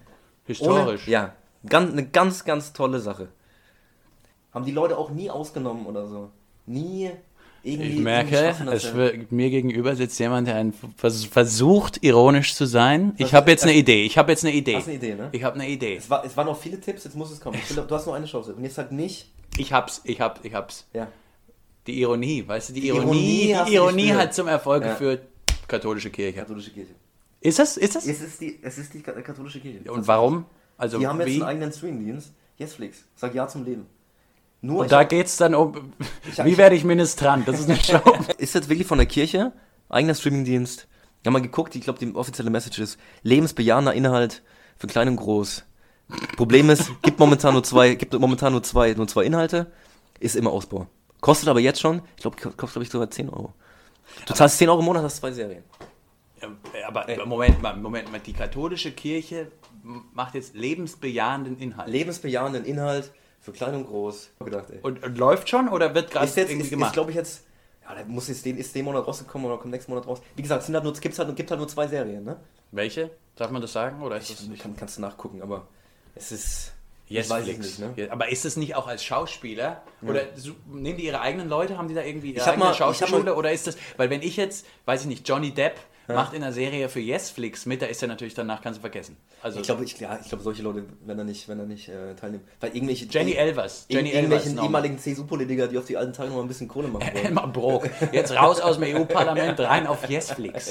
S1: Ja. Eine ganz, ganz tolle Sache. Haben die Leute auch nie ausgenommen oder so. Nie irgendwie...
S2: Ich merke, mir gegenüber sitzt jemand, der versucht, ironisch zu sein. Ich habe jetzt eine Idee.
S1: Hast eine Idee, ne?
S2: Ich habe eine Idee.
S1: Es waren noch viele Tipps, jetzt muss es kommen. Du hast nur eine Chance. Und jetzt sag nicht...
S2: Ich hab's.
S1: Ja.
S2: Die Ironie, weißt du, die Ironie hat zum Erfolg geführt. Katholische Kirche. Ist das?
S1: Es ist die katholische Kirche.
S2: Und warum? Also
S1: die haben jetzt einen eigenen Streamingdienst. Yesflix. Sag Ja zum Leben.
S2: Und da geht es dann um, wie werde ich Ministrant? Das ist eine Show.
S1: Ist das wirklich von der Kirche? Eigener Streamingdienst? Wir haben mal geguckt, ich glaube, die offizielle Message ist lebensbejahender Inhalt für klein und groß. Problem ist, gibt momentan nur zwei Inhalte, ist immer Ausbau. Kostet aber jetzt schon, kostet sogar 10 Euro. Du zahlst 10 Euro im Monat, hast 2 Serien.
S2: Aber Moment mal, die katholische Kirche macht jetzt lebensbejahenden Inhalt.
S1: Für klein und groß.
S2: Und läuft schon oder wird gerade
S1: irgendwie gemacht? Ist glaube ich jetzt, ja, da muss jetzt den Monat rausgekommen oder kommt nächsten Monat raus. Wie gesagt, es gibt halt nur 2 Serien, ne?
S2: Welche? Darf man das sagen? Oder
S1: kannst du nachgucken, aber es ist...
S2: Yesflix. Nicht, ne? Aber ist es nicht auch als Schauspieler? Ja. Oder nehmen die ihre eigenen Leute? Haben die da irgendwie ihre eigene Schauspielschule? Oder ist das, weil wenn ich jetzt, weiß ich nicht, Johnny Depp macht in einer Serie für Yesflix mit, da ist er natürlich danach, kannst du vergessen. Also
S1: ich glaube, solche Leute, wenn er nicht teilnehmen. Weil irgendwelche
S2: irgendwelchen
S1: ehemaligen CSU-Politiker, die auf die alten Tage noch ein bisschen Kohle machen wollen.
S2: Elmar Brok. Jetzt raus aus dem EU-Parlament, rein auf Yesflix.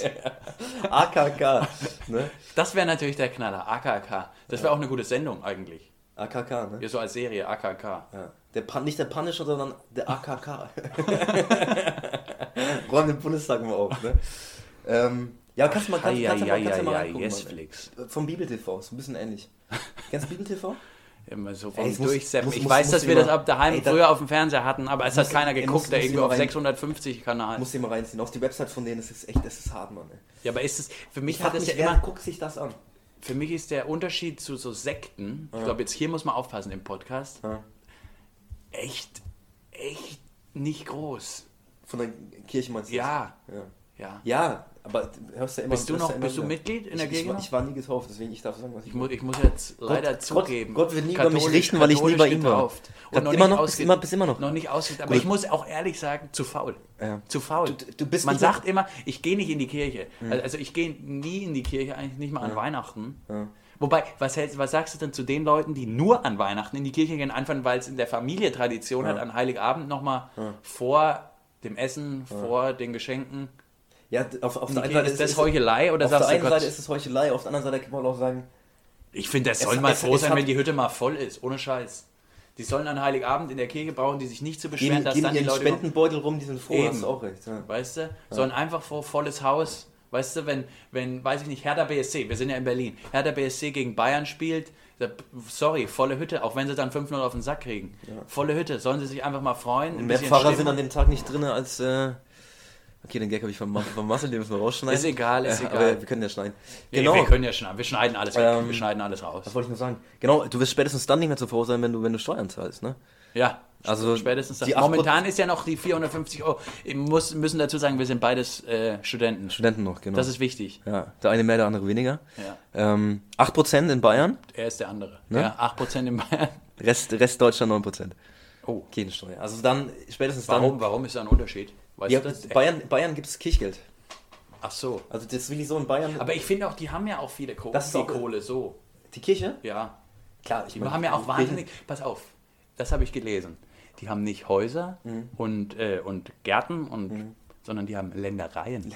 S1: AKK. Ne?
S2: Das wäre natürlich der Knaller, AKK. Das wäre auch eine gute Sendung eigentlich.
S1: AKK, ne?
S2: Ja, so als Serie, AKK.
S1: Ja. Nicht der Punisher, sondern der AKK. Räumen den Bundestag mal auf, ne? Ja, kannst du mal reingucken.
S2: Yesflix.
S1: Vom Bibel TV, ist ein bisschen ähnlich. Kennst du Bibel TV?
S2: Immer so vom Durchseppen. Ich weiß, dass wir das ab daheim früher auf dem Fernseher hatten, aber es hat keiner geguckt, der irgendwie auf 650 Kanal.
S1: Muss dir mal reinziehen. Auf die Website von denen, das ist hart, Mann. Ey.
S2: Ja, aber ist es, für mich
S1: hat das ja immer... Guck sich das an.
S2: Für mich ist der Unterschied zu so Sekten, ich glaube, jetzt hier muss man aufpassen im Podcast, echt nicht groß.
S1: Von der Kirche meinst du?
S2: Ja,
S1: aber hörst du immer...
S2: Bist du Mitglied in der Kirche?
S1: Ich war nie getauft, deswegen ich darf sagen, was
S2: ich muss jetzt leider zugeben.
S1: Gott wird nie über mich richten, weil ich nie bei ihm war.
S2: Und noch
S1: immer noch, bis immer noch.
S2: Noch nicht ausgeht, aber ich muss auch ehrlich sagen, zu faul.
S1: Ja.
S2: Zu faul. Man sagt immer, ich gehe nicht in die Kirche. Also ich gehe nie in die Kirche, eigentlich nicht mal an Weihnachten. Ja. Wobei, was sagst du denn zu den Leuten, die nur an Weihnachten in die Kirche gehen, einfach weil es in der Familie Tradition hat, an Heiligabend nochmal vor dem Essen, vor den Geschenken?
S1: Ja, auf der einen
S2: Okay,
S1: Seite
S2: ist das Heuchelei oder
S1: auf
S2: sagst
S1: der
S2: du
S1: einen
S2: Gott?
S1: Seite ist es Heuchelei, auf der anderen Seite kann man auch sagen,
S2: Ich finde, das
S1: Es-
S2: soll mal
S1: es-
S2: froh
S1: es
S2: sein,
S1: hat-
S2: wenn die Hütte mal voll ist, ohne Scheiß. Die sollen an Heiligabend in der Kirche brauchen, die sich nicht zu beschweren, dass
S1: geben
S2: dann die
S1: ihren
S2: Leute...
S1: Spendenbeutel rum, die sind froh,
S2: Eben.
S1: hast du auch recht. Ja.
S2: Weißt du, sollen einfach vor volles Haus, weißt du, wenn, weiß ich nicht, Hertha BSC, wir sind ja in Berlin, Hertha BSC gegen Bayern spielt, sorry, volle Hütte, auch wenn sie dann 5-0 auf den Sack kriegen. Ja. Volle Hütte, sollen sie sich einfach mal freuen.
S1: Und mehr Pfarrer sind an dem Tag nicht drin als... Okay, den Gag habe ich von Marcel, den müssen wir rausschneiden.
S2: Ist egal.
S1: Aber wir können ja schneiden.
S2: Genau. Wir können ja schneiden, wir schneiden alles weg, wir schneiden alles raus.
S1: Was wollte ich nur sagen? Genau, du wirst spätestens dann nicht mehr zu froh sein, wenn du Steuern zahlst, ne?
S2: Ja,
S1: also
S2: spätestens dann.
S1: die
S2: Momentan ist ja noch die 450 Euro. Müssen dazu sagen, wir sind beides Studenten.
S1: Studenten noch, genau.
S2: Das ist wichtig.
S1: Ja, der eine mehr, der andere weniger.
S2: Ja.
S1: 8% in Bayern.
S2: Er ist der andere.
S1: Ne?
S2: Ja, 8% in Bayern.
S1: Rest Deutschland 9%.
S2: Oh.
S1: Keine Steuer. Also dann, spätestens dann...
S2: Warum ist da ein Unterschied? Weißt
S1: Ja,
S2: du das?
S1: Bayern gibt es Kirchgeld.
S2: Ach so.
S1: Also das will ich so in Bayern...
S2: Aber ich finde auch, die haben ja auch viele
S1: Das ist auch-
S2: Kohle, so.
S1: Die Kirche?
S2: Ja.
S1: Klar,
S2: Die haben ja auch wahnsinnig... Pass auf, das habe ich gelesen. Die haben nicht Häuser und Gärten, sondern die haben Ländereien.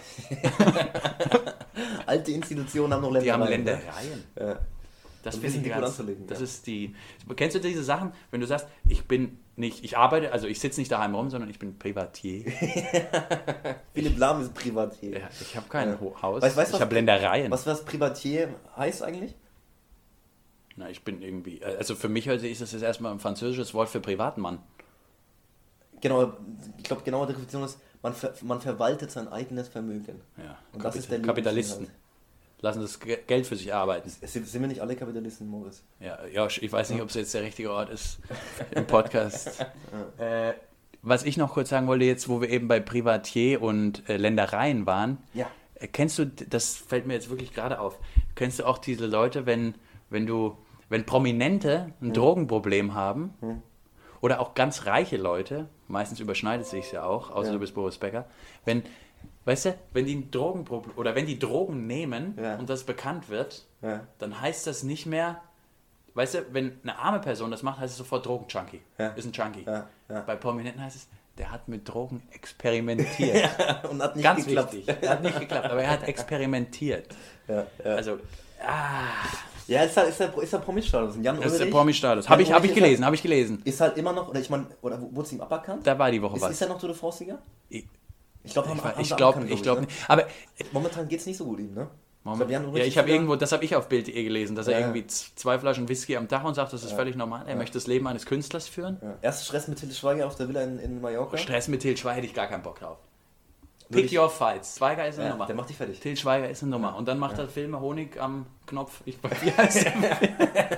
S1: Alte Institutionen haben noch Ländereien.
S2: Die haben Ländereien.
S1: Ja.
S2: Das
S1: Um
S2: finde ich
S1: die gut
S2: ganz,
S1: anzulegen,
S2: das
S1: ja.
S2: ist die... Kennst du diese Sachen, wenn du sagst, ich arbeite, also ich sitze nicht daheim rum, sondern ich bin Privatier.
S1: Philipp Lahm ist Privatier.
S2: Ja, ich habe kein Haus,
S1: Weißt,
S2: ich habe Ländereien.
S1: Was Privatier heißt eigentlich?
S2: Na, ich bin irgendwie, also für mich heute ist das jetzt erstmal ein französisches Wort für Privatmann.
S1: Genau, ich glaube, genaue Definition ist, man verwaltet sein eigenes Vermögen.
S2: Ja,
S1: Und das ist der
S2: Kapitalisten.
S1: Lebensinhalt.
S2: Lassen das Geld für sich arbeiten.
S1: Sind wir nicht alle Kapitalisten, Moritz?
S2: Ja, ich weiß nicht, ob es jetzt der richtige Ort ist im Podcast. Was ich noch kurz sagen wollte, jetzt wo wir eben bei Privatier und Ländereien waren,
S1: Ja.
S2: Kennst du, das fällt mir jetzt wirklich gerade auf, kennst du auch diese Leute, wenn Prominente ein Drogenproblem haben oder auch ganz reiche Leute, meistens überschneidet sich ja auch, außer du bist Boris Becker, wenn die ein Drogenproblem oder wenn die Drogen nehmen und das bekannt wird, dann heißt das nicht mehr, weißt du, wenn eine arme Person das macht, heißt es sofort Drogenjunkie, ist ein Junkie. Bei Prominenten heißt es, der hat mit Drogen experimentiert.
S1: Und hat nicht
S2: Ganz
S1: geklappt.
S2: wichtig. Hat nicht geklappt, aber er hat experimentiert. Also,
S1: Ja, ist der Promi-Status. Jan
S2: das ist der
S1: Ulrich-
S2: Promi-Status.
S1: Jan
S2: Habe ich
S1: Ulrich
S2: gelesen.
S1: Ist halt immer noch, oder ich meine, oder wurde es ihm aberkannt?
S2: Da war die Woche
S1: Ist
S2: was.
S1: er noch Tour de France-Sieger?
S2: Ich
S1: Ich glaube,
S2: ich glaube,
S1: ne?
S2: aber
S1: Momentan geht es nicht so gut ihm, ne?
S2: Moment,
S1: Jan
S2: ja,
S1: Ulrich
S2: ich habe
S1: ist
S2: irgendwo, das habe ich auf Bild.de gelesen, dass er
S1: Ja.
S2: irgendwie 2 Flaschen Whisky am Tag und sagt, das ist völlig normal. Er möchte das Leben eines Künstlers führen.
S1: Ja. Erst Stress mit Til Schweiger auf der Villa in Mallorca.
S2: Stress mit Til Schweiger hätte ich gar keinen Bock drauf.
S1: Würde
S2: Pick
S1: ich-
S2: your fights. Schweiger ist eine
S1: Ja,
S2: Nummer.
S1: der macht dich fertig.
S2: Til Schweiger ist eine Nummer. Und dann macht er Filme Honig am Knopf. Wie heißt der?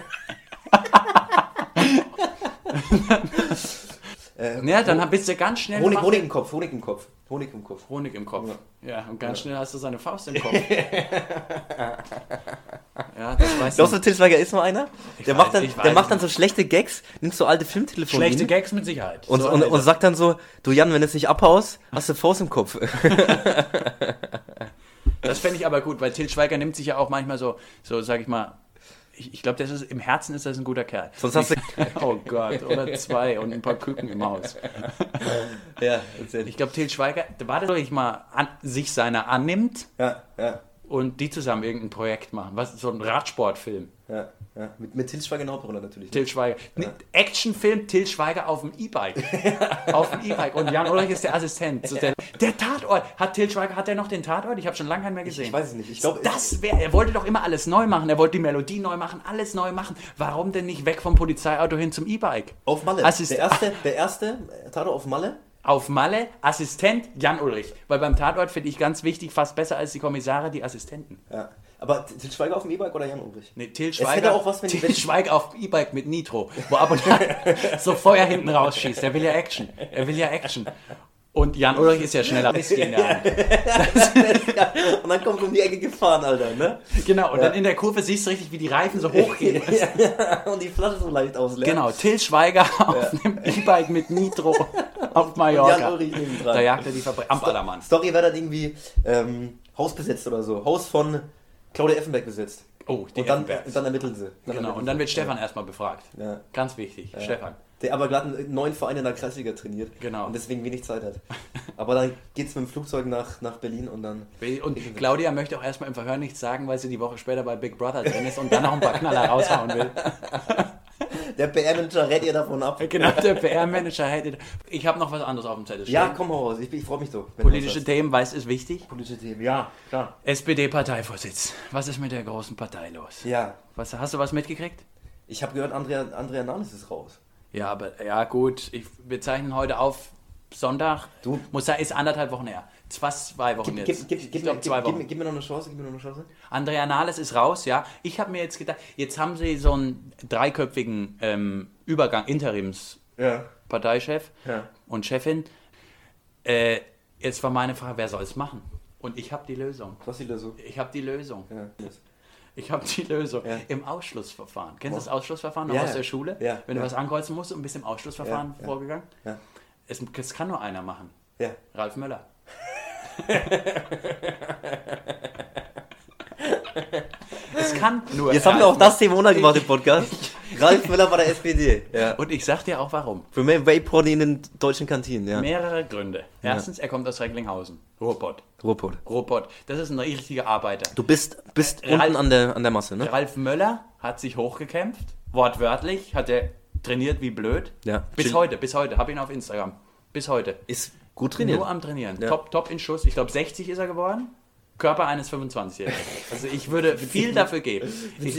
S2: Ja, dann bist du ganz schnell...
S1: Honig im Kopf, Honig im Kopf. Honig im Kopf.
S2: Honig im Kopf. Ja, und ganz schnell hast du seine Faust im Kopf. Ja, das weiß
S1: Glaubst du, Til Schweiger ist mal einer? Der macht
S2: ich weiß
S1: dann so schlechte Gags, nimmt so alte Filmtelefone
S2: Schlechte Gags mit Sicherheit.
S1: und,
S2: So
S1: und,
S2: Alter.
S1: und sagt dann so, du Jan, wenn du es nicht abhaust, hast du Faust im Kopf.
S2: Das fände ich aber gut, weil Til Schweiger nimmt sich ja auch manchmal so sag ich mal, ich glaube, im Herzen ist das ein guter Kerl.
S1: Sonst hast du...
S2: Oh Gott, oder 2 und ein paar Küken im Haus.
S1: Ja, erzähl.
S2: Ich glaube, Til Schweiger, war das wirklich mal sich seiner annimmt
S1: Ja.
S2: und die zusammen irgendein Projekt machen. So ein Radsportfilm.
S1: Ja. Mit Til Schweiger in der Hauptrolle natürlich.
S2: Til Schweiger. Actionfilm Til Schweiger auf dem E-Bike. Auf dem E-Bike. Und Jan Ulrich ist der Assistent. So der Tatort. Hat Til Schweiger, hat der noch den Tatort? Ich habe schon lange keinen mehr gesehen.
S1: Ich weiß es nicht. Ich glaube,
S2: Er wollte doch immer alles neu machen. Er wollte die Melodie neu machen, alles neu machen. Warum denn nicht weg vom Polizeiauto hin zum E-Bike?
S1: auf Malle. Der erste Tatort auf Malle.
S2: Auf Malle, Assistent Jan Ulrich. Weil beim Tatort finde ich ganz wichtig, fast besser als die Kommissare, die Assistenten.
S1: Ja. Aber Til Schweiger auf dem E-Bike oder Jan Ulrich?
S2: Nee, Til
S1: hätte
S2: Schweiger,
S1: auch was, wenn-
S2: Til Schweiger auf E-Bike mit Nitro, wo ab und an so Feuer hinten rausschießt. Er will ja Action. Und Jan Ulrich ist ja schneller Whisky in der Hand.
S1: Und dann kommt um die Ecke gefahren, Alter, ne?
S2: Genau, und dann in der Kurve siehst du richtig, wie die Reifen so hochgehen.
S1: Und die Flasche so leicht ausleeren.
S2: Genau, Til Schweiger auf einem E-Bike mit Nitro auf Mallorca.
S1: Jan Ulrich nebendran.
S2: Da jagt er die Verbrecher. Am Ballermann.
S1: Story wäre dann irgendwie Haus besetzt oder so. Haus von Claudia Effenberg besetzt.
S2: Oh, die
S1: Und dann
S2: Effenbergs.
S1: ermitteln sie.
S2: Genau, und dann wird Stefan erstmal befragt.
S1: Ja.
S2: Ganz wichtig, Stefan.
S1: der aber gerade einen neuen Verein in der Kreisliga trainiert.
S2: Genau.
S1: Und deswegen wenig Zeit hat. Aber dann geht's mit dem Flugzeug nach Berlin und dann...
S2: Und Claudia möchte auch erstmal im Verhör nichts sagen, weil sie die Woche später bei Big Brother drin ist und dann noch ein paar Knaller raushauen will.
S1: Der PR-Manager rät ihr davon ab.
S2: Genau, der PR-Manager hätte... Ich habe noch was anderes auf dem Zettel stehen.
S1: Ja, komm mal raus. Ich freue mich so.
S2: Politische Themen, weißt du, ist wichtig?
S1: Politische Themen, ja, klar.
S2: SPD-Parteivorsitz. Was ist mit der großen Partei los?
S1: Ja.
S2: Hast du was mitgekriegt?
S1: Ich habe gehört, Andrea Nahles ist raus.
S2: Ja, aber ja gut, wir zeichnen heute auf Sonntag.
S1: Du?
S2: Muss sagen, ist 1,5 Wochen her. Fast 2 Wochen jetzt.
S1: Gib mir noch eine Chance.
S2: Andrea Nahles ist raus, ja. Ich habe mir jetzt gedacht, jetzt haben sie so einen 3-köpfigen Übergang, Parteichef und Chefin. Jetzt war meine Frage, wer soll es machen? Und ich habe die Lösung.
S1: Was ist die Lösung?
S2: Ich habe die Lösung.
S1: Ja.
S2: Ich habe die Lösung.
S1: Ja.
S2: Im Ausschlussverfahren. Kennst du das Ausschlussverfahren noch aus der Schule?
S1: Ja.
S2: Wenn du was ankreuzen musst und bist im Ausschlussverfahren vorgegangen?
S1: Ja.
S2: Es kann nur einer machen.
S1: Ja.
S2: Ralf Möller. Es kann nur.
S1: Jetzt haben wir auch das Thema untergebracht im Podcast. Ralf Möller bei der SPD. Ja.
S2: Und ich sag dir auch warum.
S1: Für mehr Whey-Protein in den deutschen Kantinen, ja.
S2: Mehrere Gründe. Erstens, er kommt aus Recklinghausen. Ruhrpott. Das ist ein richtiger Arbeiter.
S1: Du bist unten an der Masse, ne?
S2: Ralf Möller hat sich hochgekämpft. Wortwörtlich hat er trainiert wie blöd.
S1: Ja.
S2: Bis heute. Hab ihn auf Instagram. Bis heute.
S1: Ist gut trainiert.
S2: Nur am Trainieren.
S1: Ja.
S2: Top in Schuss. Ich glaube 60 ist er geworden. Körper eines 25-Jährigen. Also ich würde viel dafür geben.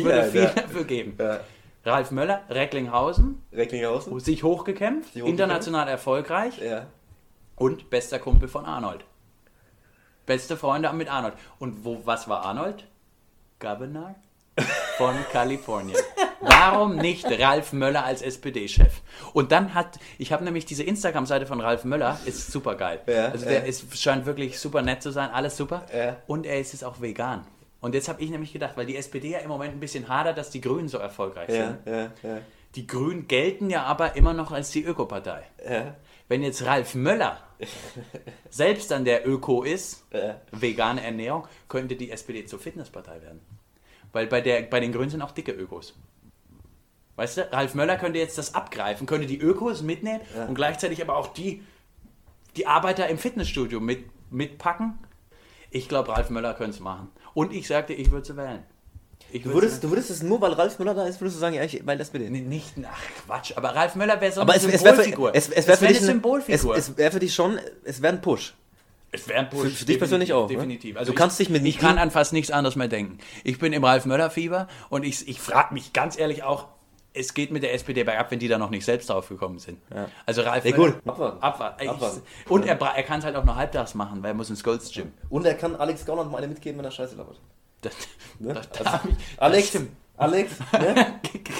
S1: Ja.
S2: Ralf Möller, Recklinghausen. Sich hochgekämpft. International erfolgreich.
S1: Ja.
S2: Und bester Kumpel von Arnold. Beste Freunde mit Arnold. Und was war Arnold? Governor von Kalifornien. Warum nicht Ralf Möller als SPD-Chef? Und dann ich habe nämlich diese Instagram-Seite von Ralf Möller, ist super geil.
S1: Ja,
S2: also der scheint wirklich super nett zu sein, alles super.
S1: Ja.
S2: Und er ist jetzt auch vegan. Und jetzt habe ich nämlich gedacht, weil die SPD ja im Moment ein bisschen hadert, dass die Grünen so erfolgreich sind.
S1: Ja.
S2: Die Grünen gelten ja aber immer noch als die Ökopartei.
S1: Ja.
S2: Wenn jetzt Ralf Möller selbst dann der Öko ist, vegane Ernährung, könnte die SPD zur Fitnesspartei werden. Weil bei den Grünen sind auch dicke Ökos. Weißt du, Ralf Möller könnte jetzt das abgreifen, könnte die Ökos mitnehmen und gleichzeitig aber auch die Arbeiter im Fitnessstudio mitpacken. Ich glaube, Ralf Möller könnte es machen. Und ich sagte, ich würde sie wählen.
S1: Du würdest es nur, weil Ralf Möller da ist, würdest du sagen, ja, weil das SPD.
S2: Quatsch, aber Ralf Möller wäre so
S1: eine
S2: Symbolfigur.
S1: Es wäre für dich schon, es wäre ein Push.
S2: Es wäre ein Push.
S1: Für dich persönlich auch.
S2: Definitiv.
S1: Ne?
S2: Also
S1: du kannst dich mit
S2: ich kann an fast nichts anderes mehr denken. Ich bin im Ralf Möller-Fieber und ich frage mich ganz ehrlich auch, es geht mit der SPD bergab, wenn die da noch nicht selbst drauf gekommen sind. Ja. Also Ralf Möller... Abwarten. Und er kann es halt auch nur halbtags machen, weil er muss ins Gold's Gym.
S1: Und er kann Alex Gauner mal eine mitgeben, wenn er Scheiße labert. Ne?
S2: Alex,
S1: ne?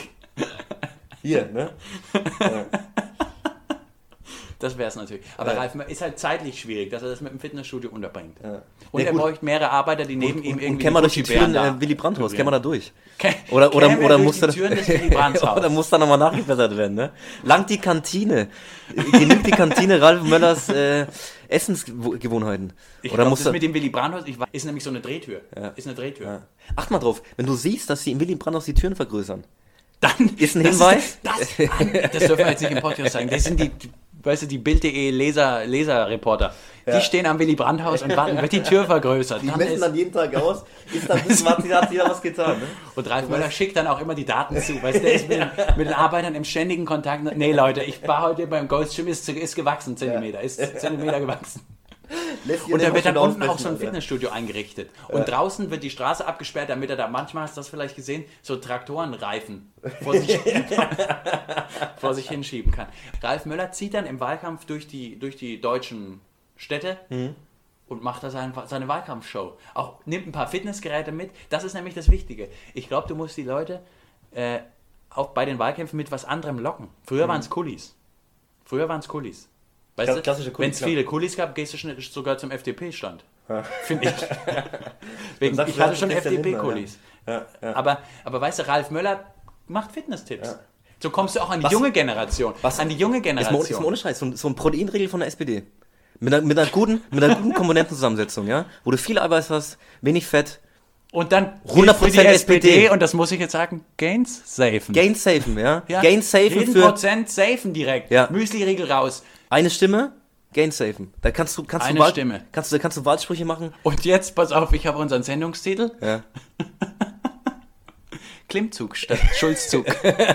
S1: Hier, ne? Ja.
S2: Das wäre es natürlich. Aber Ralf Möller ist halt zeitlich schwierig, dass er das mit dem Fitnessstudio unterbringt.
S1: Ja.
S2: Und er bräuchte mehrere Arbeiter, die neben ihm irgendwie...
S1: Und kämmer durch die Türen Willy Brandt-Haus, kämmer da durch. Oder muss da nochmal nachgebessert werden, ne? Langt die Kantine. Genügt die Kantine Ralf Möllers Essensgewohnheiten.
S2: Das mit dem Willy Brandt-Haus ist nämlich so eine Drehtür.
S1: Ja.
S2: Ja.
S1: Acht mal drauf, wenn du siehst, dass sie im Willy Brandt-Haus die Türen vergrößern,
S2: dann
S1: ist ein Hinweis.
S2: Das dürfen wir jetzt nicht im Podcast sagen. Das sind die Bild.de Leserreporter. Die stehen am Willy Brandt-Haus und warten, wird die Tür vergrößert.
S1: Die messen dann jeden Tag aus, hat jeder was getan. Ne?
S2: Und Ralf Möller schickt dann auch immer die Daten zu. Weißt du, der ist mit den Arbeitern im ständigen Kontakt. Nee, Leute, ich war heute beim Gold's Gym, ist gewachsen, Zentimeter. Ist Zentimeter gewachsen. Und da wird dann unten auch so ein Fitnessstudio eingerichtet. Und draußen wird die Straße abgesperrt, damit er da, manchmal hast du das vielleicht gesehen, so Traktorenreifen vor sich hinschieben kann. Ralf Möller zieht dann im Wahlkampf durch die deutschen Städte und macht da seine Wahlkampfshow. Auch nimmt ein paar Fitnessgeräte mit. Das ist nämlich das Wichtige. Ich glaube, du musst die Leute auch bei den Wahlkämpfen mit was anderem locken. Früher waren es Kulis. Weißt du, wenn es viele Kulis gab, gehst du sogar zum FDP-Stand. Ja. Finde ich. Ich hatte schon FDP-Kulis.
S1: Ja.
S2: Aber weißt du, Ralf Möller macht Fitness-Tipps. Ja. So kommst du auch an die junge Generation. Ist mal
S1: ohne Scheiß, so ein Proteinriegel von der SPD. Mit einer guten Komponentenzusammensetzung, ja? Wo du viel Eiweiß hast, wenig Fett,
S2: Und dann
S1: 100%
S2: für die SPD,
S1: SPD.
S2: und das muss ich jetzt sagen, Gains safen.
S1: Gains safen, ja.
S2: Ja,
S1: Gains safen
S2: jeden
S1: für
S2: Prozent safen direkt.
S1: Ja.
S2: Müsli-Riegel raus.
S1: eine Stimme, Gains safen. Da kannst du
S2: Eine Stimme.
S1: Kannst du Wahlsprüche machen.
S2: Und jetzt, pass auf, ich habe unseren Sendungstitel.
S1: Ja.
S2: Klimmzug statt Schulzzug.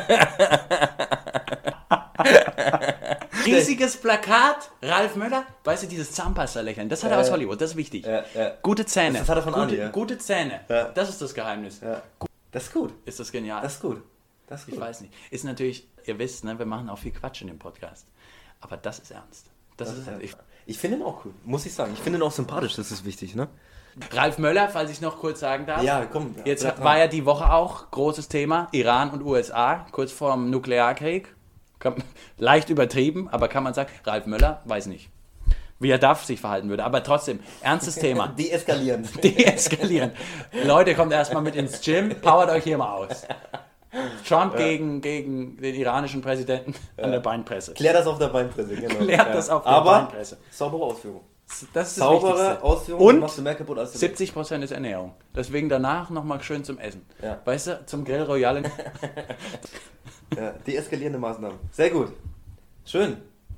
S2: Riesiges Plakat, Ralf Möller, weißt du, dieses Zahnpasta-Lächeln, das hat er aus Hollywood, das ist wichtig.
S1: Ja.
S2: Gute Zähne.
S1: Das hat er von
S2: gute,
S1: Ani, ja.
S2: gute Zähne,
S1: Ja.
S2: das ist das Geheimnis.
S1: Ja. Das ist gut.
S2: Ist das genial?
S1: Das ist gut. Das ist
S2: Ich
S1: gut.
S2: weiß nicht. Ist natürlich, ihr wisst, ne, wir machen auch viel Quatsch in dem Podcast. Aber das ist ernst. Das ist ernst.
S1: Ich finde ihn auch cool, muss ich sagen. Ich finde ihn auch sympathisch, das ist wichtig, ne?
S2: Ralf Möller, falls ich noch kurz sagen darf.
S1: Ja, komm.
S2: Jetzt
S1: bleib dran.
S2: war ja die Woche auch großes Thema, Iran und USA, kurz vorm Nuklearkrieg. Leicht übertrieben, aber kann man sagen, Ralf Möller, weiß nicht, wie er darf sich verhalten würde. Aber trotzdem, ernstes Thema.
S1: Deeskalieren.
S2: Deeskalieren. Leute, kommt erstmal mit ins Gym, powert euch hier mal aus. Trump gegen den iranischen Präsidenten an der Beinpresse.
S1: Klär das auf der Beinpresse, genau.
S2: Klärt das auf der
S1: Aber
S2: Beinpresse.
S1: saubere Ausführung.
S2: Das ist das
S1: Saubere
S2: Wichtigste.
S1: Ausführung,
S2: Und
S1: dann machst du mehr kaputt als du
S2: 70% ist Ernährung. Deswegen danach nochmal schön zum Essen.
S1: Ja.
S2: Weißt du, zum Grill Royale.
S1: Ja, deeskalierende Maßnahmen. Sehr gut. Schön.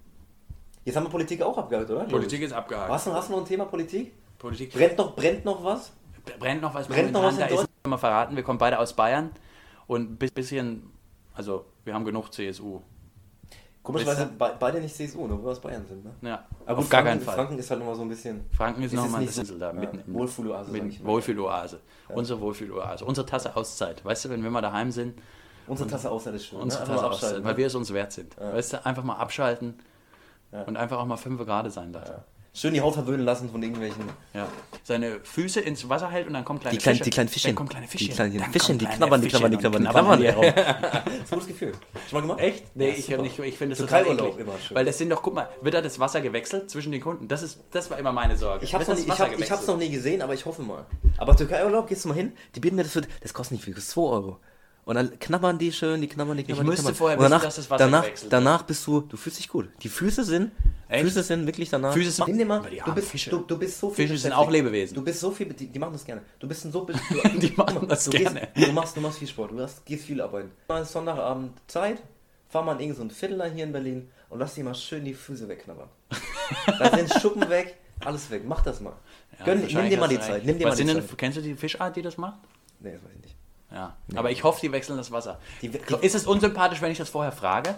S1: Jetzt haben wir Politik auch abgehakt, oder?
S2: Politik ist abgehakt.
S1: Hast du noch ein Thema Politik?
S2: Politik
S1: Brennt noch was?
S2: brennt noch was.
S1: Brennt noch was in
S2: Da ist,
S1: Deutschland?
S2: kann man verraten, wir kommen beide aus Bayern und ein bisschen, also wir haben genug CSU.
S1: Komischerweise beide nicht CSU, nur wir aus Bayern sind, ne?
S2: Ja,
S1: Aber
S2: auf gar keinen Fall.
S1: Franken ist halt nochmal so ein bisschen...
S2: Franken ist nochmal
S1: nicht
S2: das
S1: so-
S2: Insel da, mitten im
S1: Wohlfühloase, sag ich
S2: mitten,
S1: mal.
S2: Wohlfühloase. Unsere Wohlfühloase. Unsere Tasse Auszeit. Weißt du, wenn wir mal daheim sind,
S1: Unsere Tasse Auszeit ist schön.
S2: unsere
S1: ne?
S2: Tasse
S1: Einfach mal
S2: Auszeit,
S1: abschalten,
S2: weil
S1: ne?
S2: wir es uns wert sind. Weißt du, einfach mal abschalten und einfach auch mal 5 Grad sein lassen.
S1: Schön die Haut verwöhnen lassen von irgendwelchen...
S2: Ja. Seine Füße ins Wasser hält und dann kommen kleine
S1: Die kleinen
S2: Fische.
S1: Fischchen.
S2: Dann kommen kleine Fischchen.
S1: Die kleinen
S2: Dann
S1: Fischchen,
S2: kommen
S1: die
S2: kleine
S1: knabbern, die
S2: Fischchen
S1: knabbern,
S2: und
S1: die knabbern.
S2: hier rum.
S1: Das ist ein gutes Gefühl. Schon mal gemacht?
S2: Echt? Nee,
S1: Ja,
S2: ich
S1: super.
S2: finde es
S1: Für
S2: total
S1: Kaiurlaub
S2: eklig.
S1: immer schön.
S2: Weil das sind doch, guck mal, wird da das Wasser gewechselt zwischen den Kunden? Das war immer meine Sorge.
S1: Ich hab's
S2: Wird
S1: noch,
S2: das
S1: nie,
S2: Wasser
S1: ich hab's noch
S2: gewechselt?
S1: nie gesehen, aber ich hoffe mal. Aber Türkei-Urlaub, gehst du mal hin, die bieten mir das kostet nicht viel, das kostet 2 Euro. Und dann knabbern die schön, die knabbern.
S2: müsste vorher
S1: Und
S2: wissen, dass das Wasser gewechselt wird.
S1: danach du fühlst dich gut. Die Füße sind wirklich danach.
S2: Füße sind-
S1: Nimm dir mal,
S2: Aber die
S1: du
S2: armen
S1: bist,
S2: Fische.
S1: du bist so viel
S2: Fische sind
S1: beschäftigt.
S2: auch Lebewesen.
S1: Du bist so viel, die machen das gerne. Du bist so,
S2: Die machen das
S1: du
S2: gerne.
S1: Du machst viel Sport, gehst viel arbeiten. Mal Sonntagabend Zeit, fahr mal in irgend so ein Viertel hier in Berlin und lass dir mal schön die Füße wegknabbern. Da sind Schuppen weg, alles weg. Mach das mal.
S2: Ja,
S1: Nimm
S2: wahrscheinlich
S1: dir mal
S2: hast
S1: die
S2: du
S1: Zeit.
S2: recht.
S1: Nimm dir
S2: Was
S1: mal
S2: sind
S1: die
S2: denn,
S1: Zeit.
S2: kennst du die Fischart, die das macht?
S1: Nee, das weiß ich nicht.
S2: Ja. Aber ich hoffe, die wechseln das Wasser.
S1: Die-
S2: Ist es unsympathisch, wenn ich das vorher frage?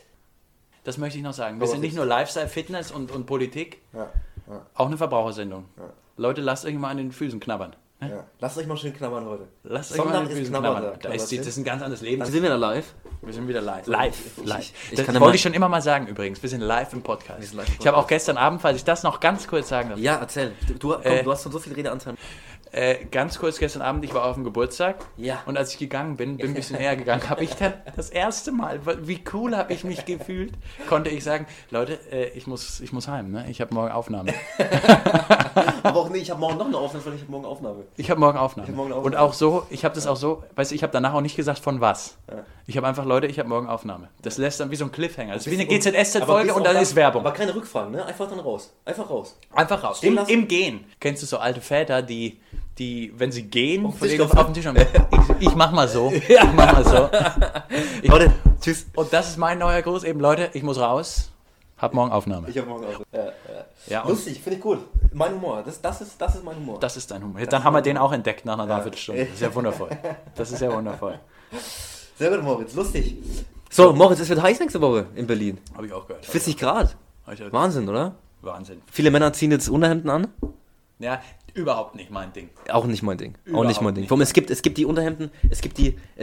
S2: Das möchte ich noch sagen. Wir
S1: Aber
S2: sind nicht nur Lifestyle, Fitness und Politik,
S1: Ja.
S2: auch eine Verbrauchersendung. Leute, lasst euch mal an den Füßen knabbern. Ne?
S1: Ja. Lasst euch mal schön knabbern, Leute.
S2: Lasst euch mal an
S1: Sonntag
S2: den
S1: ist
S2: Füßen
S1: Knabber
S2: knabbern.
S1: da.
S2: Da ist das ist ein ganz anderes Leben.
S1: Dann sind wir da live.
S2: Wir sind wieder live.
S1: Ich
S2: Das
S1: kann ja
S2: wollte
S1: mal-
S2: ich schon immer mal sagen übrigens. Wir sind live im Podcast.
S1: Wir sind live im
S2: Ich habe auch
S1: Podcast.
S2: gestern Abend, falls ich das noch ganz kurz sagen darf,
S1: Ja, erzähl. Du hast schon so viel Redeanteil.
S2: ganz kurz gestern Abend, ich war auf dem Geburtstag
S1: Ja.
S2: und als ich gegangen bin ein bisschen eher gegangen, habe ich dann das erste Mal, wie cool habe ich mich gefühlt, konnte ich sagen, Leute, ich muss heim, ne? Ich habe morgen Aufnahme.
S1: Aber auch nicht, ich habe morgen noch eine Aufnahme, weil ich habe morgen Aufnahme.
S2: Ich habe morgen Aufnahme.
S1: Ich hab morgen Aufnahme.
S2: Und auch so, ich habe das auch so, weißt du, ich habe danach auch nicht gesagt von was. Ich habe einfach, Leute, ich habe morgen Aufnahme. Das lässt dann wie so ein Cliffhanger. Das ist wie eine GZSZ-Folge und dann ist Werbung.
S1: Aber keine Rückfragen, ne? Einfach dann raus. Einfach raus.
S2: Einfach raus.
S1: Stehen lassen.
S2: Im Gehen. Kennst du so alte Väter, die wenn sie gehen,
S1: Auf den
S2: von
S1: Tisch
S2: wegen
S1: klopfen.
S2: auf den Tisch haben, ich mach mal so. Ich mach mal so.
S1: Leute, tschüss.
S2: Und das ist mein neuer Gruß eben, Leute, ich muss raus. Hab morgen Aufnahme.
S1: Ich habe morgen Aufnahme.
S2: Ja, und
S1: Lustig, finde ich gut. Mein Humor. Das ist mein Humor.
S2: das ist dein Humor. Dann haben wir den auch entdeckt nach einer Dreiviertelstunde. Das ist ja wundervoll. Das ist ja wundervoll.
S1: Sehr gut, Moritz. Lustig. So, Moritz, es wird heiß nächste Woche in Berlin.
S2: Habe ich auch gehört.
S1: 40 Grad. Wahnsinn, oder?
S2: Wahnsinn.
S1: Viele Männer ziehen jetzt Unterhemden an.
S2: Ja, überhaupt nicht mein Ding.
S1: Auch nicht mein Ding. Auch
S2: Überhaupt
S1: nicht mein Ding.
S2: nicht.
S1: Vor allem, es gibt die Unterhemden, es gibt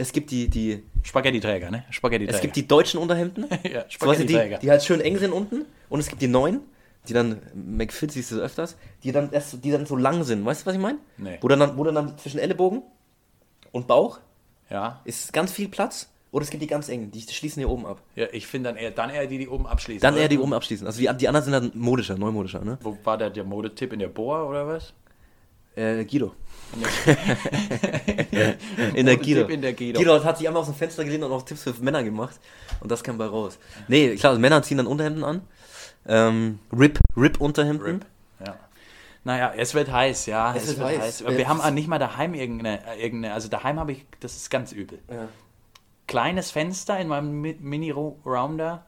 S1: die
S2: Spaghetti-Träger, ne? Spaghetti-Träger.
S1: es gibt die deutschen Unterhemden.
S2: ja,
S1: So, weißt du,
S2: Spaghetti-Träger.
S1: die halt schön eng sind unten. Und es gibt die neuen, die dann, McFit siehst du öfters, die dann so lang sind. Weißt du, was ich meine?
S2: Nee.
S1: Wo dann zwischen Ellenbogen und Bauch
S2: Ja.
S1: ist ganz viel Platz. Oder es gibt die ganz engen, die schließen hier oben ab.
S2: Ja, ich finde dann eher die oben abschließen.
S1: Dann
S2: oder?
S1: eher die oben abschließen. Also die anderen sind dann neumodischer, ne?
S2: Wo war der Modetipp in der Boa oder was?
S1: Guido. In der Guido.
S2: Tipp in der Guido.
S1: Guido hat sich einmal aus dem Fenster gelehnt und auch Tipps für Männer gemacht. Und das kam bei raus. Nee, klar, Männer ziehen dann Unterhemden an. Rip-Unterhemden.
S2: Ja. Naja, es wird heiß, ja.
S1: Es wird heiß.
S2: Wir haben auch nicht mal daheim irgendeine, also daheim habe ich, das ist ganz übel.
S1: Ja.
S2: Kleines Fenster in meinem Mini-Raum da,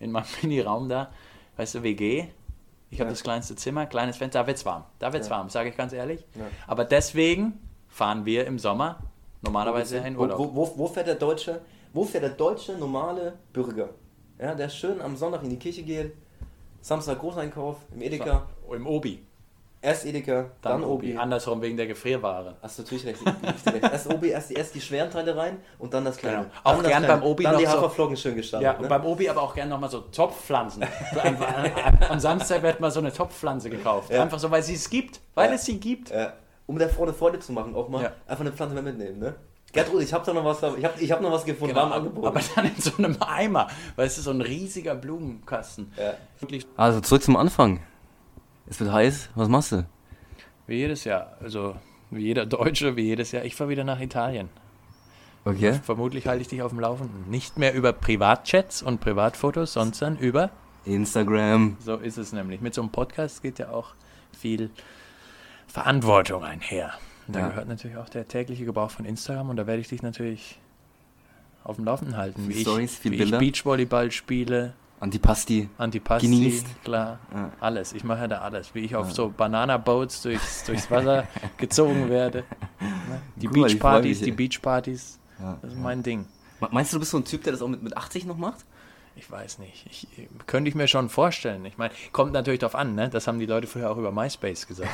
S2: weißt du, WG. Ich habe das kleinste Zimmer, kleines Fenster, da wird's warm, sage ich ganz ehrlich. Ja. Aber deswegen fahren wir im Sommer normalerweise in Urlaub.
S1: Wo fährt der deutsche normale Bürger? Ja, der schön am Sonntag in die Kirche geht, Samstag Großeinkauf im Edeka.
S2: Im Obi.
S1: Erst Edeka, dann Obi.
S2: Andersrum wegen der Gefrierware.
S1: Hast du natürlich recht. Erst Obi, erst die schweren Teile rein und dann das Kleine.
S2: Genau. Auch
S1: dann
S2: gern beim Obi
S1: dann
S2: noch
S1: die
S2: so,
S1: Haferflocken schön gestartet.
S2: Ja, und beim Obi aber auch gern nochmal so Topfpflanzen. Am Samstag wird mal so eine Topfpflanze gekauft. Ja. Einfach so, weil es sie gibt. Es sie gibt.
S1: Ja. Um der Frau eine Freude zu machen, auch mal einfach eine Pflanze mehr mitnehmen, ne? Gertrud, ich hab noch was gefunden,
S2: genau, aber dann in so einem Eimer, weil es ist so ein riesiger Blumenkasten.
S1: Ja. Also zurück zum Anfang. Es wird heiß, was machst du?
S2: Wie jedes Jahr, also wie jeder Deutsche, wie jedes Jahr. Ich fahre wieder nach Italien.
S1: Okay.
S2: Vermutlich halte ich dich auf dem Laufenden. Nicht mehr über Privatchats und Privatfotos, sondern über
S1: Instagram.
S2: So ist es nämlich. Mit so einem Podcast geht ja auch viel Verantwortung einher. Und da gehört natürlich auch der tägliche Gebrauch von Instagram und da werde ich dich natürlich auf dem Laufenden halten. Wie
S1: Stories,
S2: ich Beachvolleyball spiele.
S1: Antipasti genießt.
S2: Klar, alles. Ich mache ja da alles. Wie ich auf so Banana-Boats durchs Wasser gezogen werde. Die Beachpartys, das ist mein Ding.
S1: Meinst du bist so ein Typ, der das auch mit 80 noch macht?
S2: Ich weiß nicht. Könnte ich mir schon vorstellen. Ich meine, kommt natürlich darauf an, ne? Das haben die Leute früher auch über MySpace gesagt.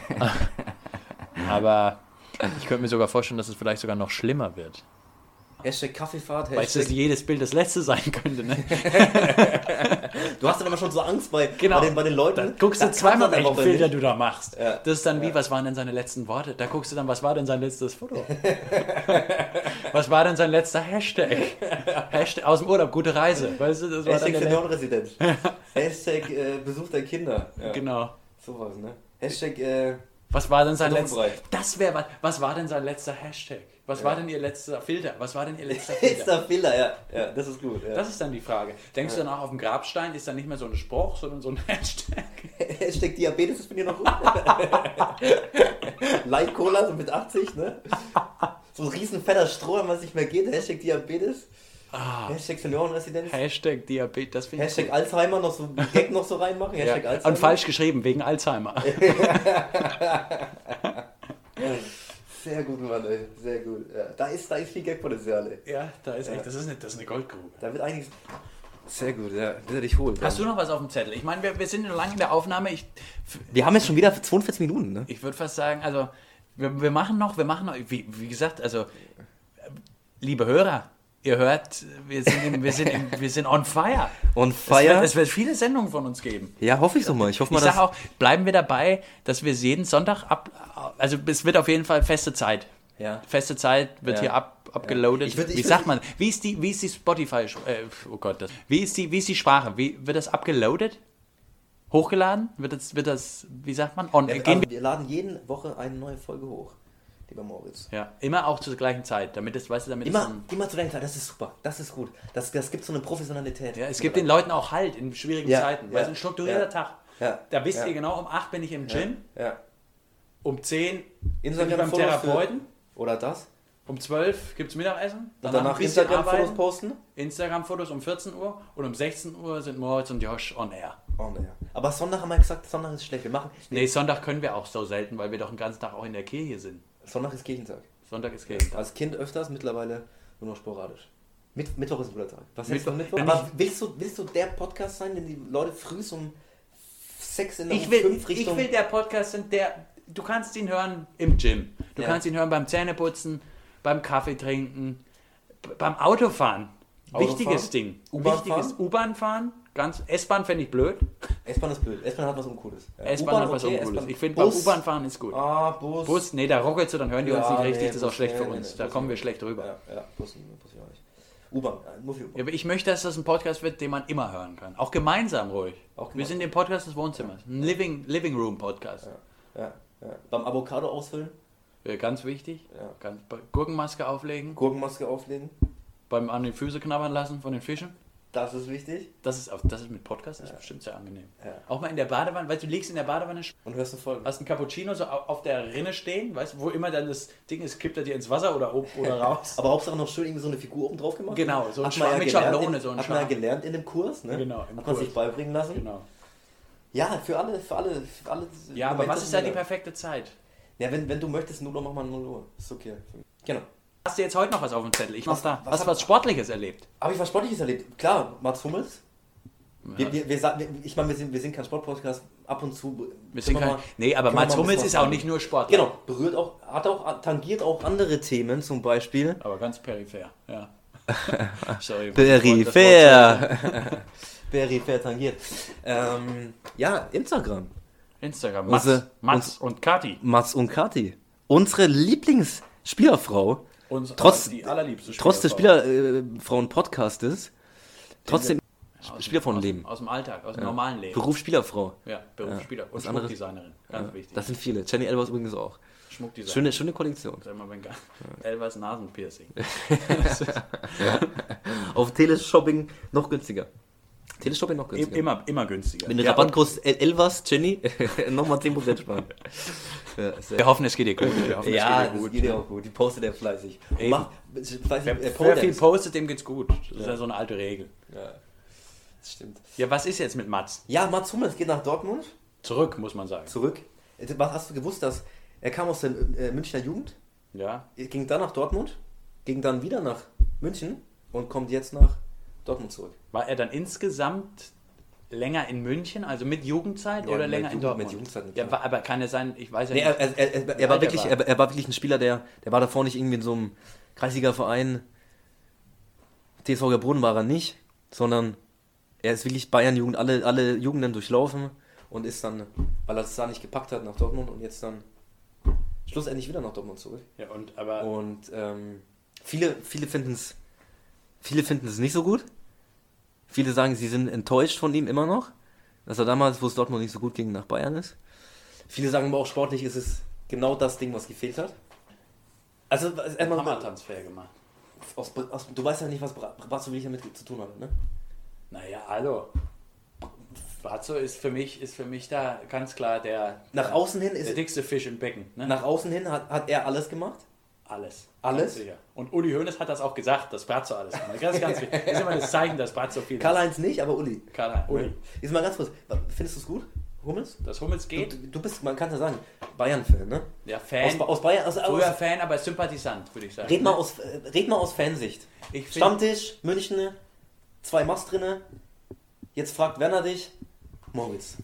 S2: Aber ich könnte mir sogar vorstellen, dass es vielleicht sogar noch schlimmer wird.
S1: Hashtag Kaffeefahrt,
S2: Weil es jedes Bild das letzte sein könnte, ne?
S1: Du hast dann immer schon so Angst bei den Leuten.
S2: Da guckst du zweimal, welchen Filter du da machst. Ja. Das ist dann was waren denn seine letzten Worte? Da guckst du dann, was war denn sein letztes Foto? Was war denn sein letzter Hashtag? Hashtag aus dem Urlaub, gute Reise. Weißt du, das war
S1: Hashtag Seniorenresidenz. Hashtag Besuch der Kinder. Ja.
S2: Genau.
S1: Sowas, ne? Hashtag
S2: was war denn sein letzter? Was war denn sein letzter Hashtag? Was war denn ihr letzter Filter?
S1: Letzter Filter, ja, das ist gut. Ja.
S2: Das ist dann die Frage. Denkst du dann auch auf dem Grabstein ist dann nicht mehr so ein Spruch, sondern so ein Hashtag?
S1: Hashtag Diabetes ist von dir noch gut. Light Cola, so mit 80, ne? So ein riesen fetter Strohhalm, was nicht mehr geht. Hashtag Diabetes. Hashtag Seniorenresidenz.
S2: Hashtag Diabetes, das finde ich
S1: Hashtag gut. Alzheimer, noch so einen Gag noch so reinmachen. Hashtag Alzheimer.
S2: Und falsch geschrieben, wegen Alzheimer.
S1: Sehr gut, Mann, ey. Sehr gut. Ja. Da ist viel Gagpotenzial, ey.
S2: Ja, da ist echt, das ist eine Goldgrube.
S1: Da wird einiges... Sehr gut, ja. Will er dich holen.
S2: Hast du noch was auf dem Zettel? Ich meine, wir sind noch lange in der Aufnahme.
S1: Wir haben jetzt schon wieder 42 Minuten, ne?
S2: Ich würde fast sagen, also, wir machen noch, wie gesagt, also, liebe Hörer, ihr hört, wir sind on fire.
S1: On fire?
S2: Es wird viele Sendungen von uns geben.
S1: Ja, hoffe ich so mal. Ich
S2: sage auch, bleiben wir dabei, dass wir es jeden Sonntag also es wird auf jeden Fall feste Zeit.
S1: Ja.
S2: Feste Zeit wird hier abgeloadet. Wie sagt man? Wie ist die Spotify? Wie ist die Sprache? Wird das abgeloadet? Hochgeladen? Wird das? Wie sagt man?
S1: Wir laden jede Woche eine neue Folge hoch. Lieber Moritz.
S2: Ja, immer auch zur gleichen Zeit, immer
S1: zur gleichen Zeit, das ist super, das ist gut. Das gibt so eine Professionalität.
S2: Ja, es gibt den Leuten auch Halt in schwierigen Zeiten, weil es ein strukturierter Tag.
S1: Ja.
S2: Da wisst ihr genau, um 8 bin ich im Gym, um 10
S1: Instagram
S2: bin ich beim Therapeuten.
S1: Oder das?
S2: Um 12 gibt es Mittagessen.
S1: Danach Instagram-Fotos posten.
S2: Instagram-Fotos um 14 Uhr und um 16 Uhr sind Moritz und Josh on air.
S1: Aber Sonntag haben wir gesagt, Sonntag ist schlecht.
S2: Sonntag können wir auch so selten, weil wir doch den ganzen Tag auch in der Kirche sind.
S1: Sonntag ist Kirchentag. Als Kind öfters, mittlerweile nur noch sporadisch. Mittwoch ist ein guter Tag. Was hältst du von Mittwoch? Aber willst du der Podcast sein, wenn die Leute früh um 6 in der 5 Richtung...
S2: Ich will der Podcast sein, du kannst ihn hören im Gym. Du kannst ihn hören beim Zähneputzen, beim Kaffee trinken, beim Autofahren. Wichtiges Ding. U-Bahn fahren. S-Bahn fände ich blöd.
S1: S-Bahn ist blöd. S-Bahn hat was Uncooles.
S2: Ja. S-Bahn hat was Uncooles. Ich finde, beim U-Bahn fahren ist gut. Bus. Nee, da ruckelt so, dann hören die uns nicht richtig. Das ist auch schlecht für uns. Da kommen wir schlecht rüber.
S1: Ja, Bus ich auch nicht. U-Bahn, nur für U-Bahn.
S2: Ja, aber ich möchte, dass das ein Podcast wird, den man immer hören kann. Auch gemeinsam ruhig. Wir sind im Podcast des Wohnzimmers. Ein Living Room Podcast.
S1: Ja. Beim Avocado ausfüllen.
S2: Ganz wichtig. Gurkenmaske auflegen.
S1: Beim an die Füße knabbern lassen von den Fischen. Das ist wichtig.
S2: Das ist mit Podcast ist bestimmt sehr angenehm.
S1: Ja.
S2: Auch mal in der Badewanne, weißt du, liegst in der Badewanne
S1: und hörst eine Folge.
S2: Hast einen Cappuccino so auf der Rinne stehen, weißt du, wo immer dann das Ding ist, kippt er dir ins Wasser oder raus.
S1: Aber Hauptsache noch schön irgendwie so eine Figur oben drauf gemacht.
S2: Genau, so ein
S1: Schwamm
S2: mit Schablone.
S1: Hat man ja gelernt in dem Kurs, ne?
S2: Genau,
S1: hat man sich beibringen lassen.
S2: Genau.
S1: Ja, für alle.
S2: Ja, aber was ist da die perfekte Zeit?
S1: Ja, wenn du möchtest, 0 Uhr, mach mal 0 Uhr. Ist okay. Genau.
S2: Hast du jetzt heute noch was auf dem Zettel? Ich mach's da. Hast du was Sportliches erlebt?
S1: Habe ich was Sportliches erlebt? Klar, Mats Hummels. Ich meine, wir sind kein Sportpodcast, ab und zu.
S2: Aber Mats Hummels ist auch nicht nur Sportler.
S1: Genau, tangiert auch andere Themen zum Beispiel.
S2: Aber ganz peripher, ja. Sorry.
S1: Peripher tangiert. Instagram.
S2: Mats und Kati.
S1: Mats und Kati. Unsere Lieblingsspielerfrau.
S2: Die allerliebste Spielerfrau.
S1: Trotz des Spielerfrauen-Podcastes. Trotzdem Spielerfrauenleben.
S2: Aus dem Alltag, aus dem normalen Leben.
S1: Beruf Spielerfrau.
S2: Ja, Berufsspieler. Und Schmuckdesignerin. Ganz wichtig.
S1: Das sind viele. Jenny Elvers übrigens auch.
S2: Schmuckdesignerin.
S1: Schöne Kollektion.
S2: Sag mal, Elvers Nasenpiercing.
S1: Auf Teleshopping noch günstiger.
S2: Immer günstiger.
S1: Mit dem Rabattkurs Elvers, Jenny, nochmal 10% sparen.
S2: Wir hoffen, es geht dir gut.
S1: Es geht dir auch gut. Die postet er fleißig.
S2: Wer viel postet, dem geht's gut. Das ist ja so eine alte Regel.
S1: Ja, das stimmt.
S2: Ja, was ist jetzt mit Mats?
S1: Ja, Mats Hummels geht nach Dortmund.
S2: Zurück, muss man sagen.
S1: Was hast du gewusst, dass er kam aus der Münchner Jugend?
S2: Ja.
S1: Ging dann nach Dortmund, ging dann wieder nach München und kommt jetzt nach Dortmund zurück.
S2: War er dann insgesamt länger in München, also mit Jugendzeit oder länger in Dortmund?
S1: Mit Jugendzeit.
S2: Ja, aber kann es sein, ich weiß ja
S1: nicht. Er war wirklich ein Spieler, der war davor nicht irgendwie in so einem Kreisliga-Verein. TSV Gaborone war er nicht, sondern er ist wirklich Bayern-Jugend, alle Jugenden durchlaufen und ist dann, weil er es da nicht gepackt hat, nach Dortmund und jetzt dann schlussendlich wieder nach Dortmund zurück.
S2: Ja,
S1: viele finden es nicht so gut. Viele sagen, sie sind enttäuscht von ihm immer noch, dass er damals, wo es Dortmund nicht so gut ging, nach Bayern ist. Viele sagen aber auch, sportlich ist es genau das Ding, was gefehlt hat. Also erstmal
S2: Hammertransfer gemacht.
S1: Du weißt ja nicht, was Brazzo wirklich damit zu tun hat, ne?
S2: Naja, hallo. Brazzo ist für mich da ganz klar der dickste Fisch im Becken. Ne?
S1: Nach außen hin hat er alles gemacht?
S2: Alles?
S1: Sicher.
S2: Und Uli Hoeneß hat das auch gesagt, dass Brazzo alles macht. Ganz wichtig. Das ist immer das Zeichen, dass Brazzo viel
S1: Karl-Heinz nicht, aber Uli.
S2: Uli.
S1: Jetzt mal ganz kurz, findest du es gut, Hummels?
S2: Dass Hummels geht?
S1: Du bist, man kann ja sagen, Bayern-Fan, ne?
S2: Ja, Fan.
S1: Aus Bayern,
S2: früher Fan, aber Sympathisant, würde ich sagen.
S1: Red mal aus Fansicht. Stammtisch, München, 2 Mast drinne. Jetzt fragt Werner dich, Moritz.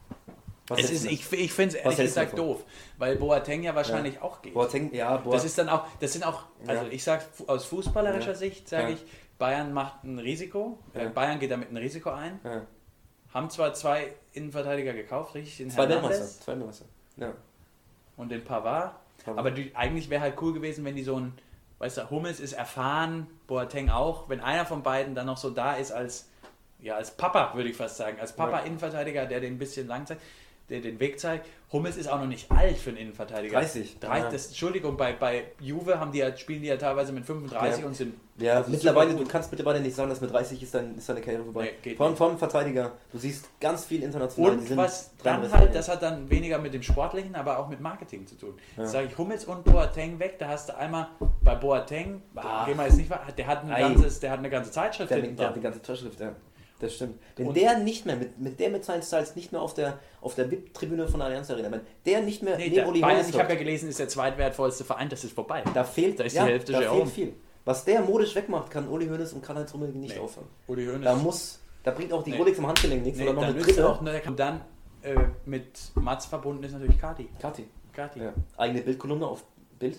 S2: Ich finde es ehrlich gesagt doof, weil Boateng ja wahrscheinlich auch geht. Das sind auch, also ich sage aus fußballerischer Sicht, sage ich, Bayern macht ein Risiko, Bayern geht damit ein Risiko ein, haben zwar 2 Innenverteidiger gekauft, richtig, den
S1: Zwei Weltmeister. Ja.
S2: Und den Pavard, aber eigentlich wäre halt cool gewesen, wenn die so ein, weißt du, Hummels ist erfahren, Boateng auch, wenn einer von beiden dann noch so da ist als Papa, würde ich fast sagen, als Papa-Innenverteidiger, der den ein bisschen lang zeigt, der den Weg zeigt. Hummels ist auch noch nicht alt für einen Innenverteidiger.
S1: 30.
S2: Entschuldigung, bei Juve spielen die ja teilweise mit 35 und sind...
S1: Ja, mittlerweile, du kannst mittlerweile nicht sagen, dass mit 30 ist deine Karriere vorbei. Nee, vor allem Verteidiger, du siehst ganz viel international.
S2: Und was dann halt, das hat dann weniger mit dem Sportlichen, aber auch mit Marketing zu tun. Ja. Sage ich Hummels und Boateng weg, da hast du einmal bei Boateng, gehen wir jetzt nicht weiter, der hat eine ganze Zeitschrift hinten dran.
S1: Der hat eine ganze Zeitschrift, ja. Das stimmt. Wenn der nicht mehr, mit seinen Styles nicht mehr auf der VIP-Tribüne von der Allianz Arena, wenn der nicht mehr
S2: neben Uli Hoeneß, ich habe ja gelesen, ist der zweitwertvollste Verein, das ist vorbei.
S1: Da fehlt
S2: die Hälfte
S1: da fehlt viel. Was der modisch wegmacht, kann Uli Hoeneß und Karl-Heinz Rummenigge nicht aufhören.
S2: Uli Hoeneß.
S1: Da bringt auch die Rolex am Handgelenk nichts, sondern noch eine
S2: dritte. Und dann mit Mats verbunden ist natürlich Kati.
S1: Ja. Eigene Bildkolumne auf Bild.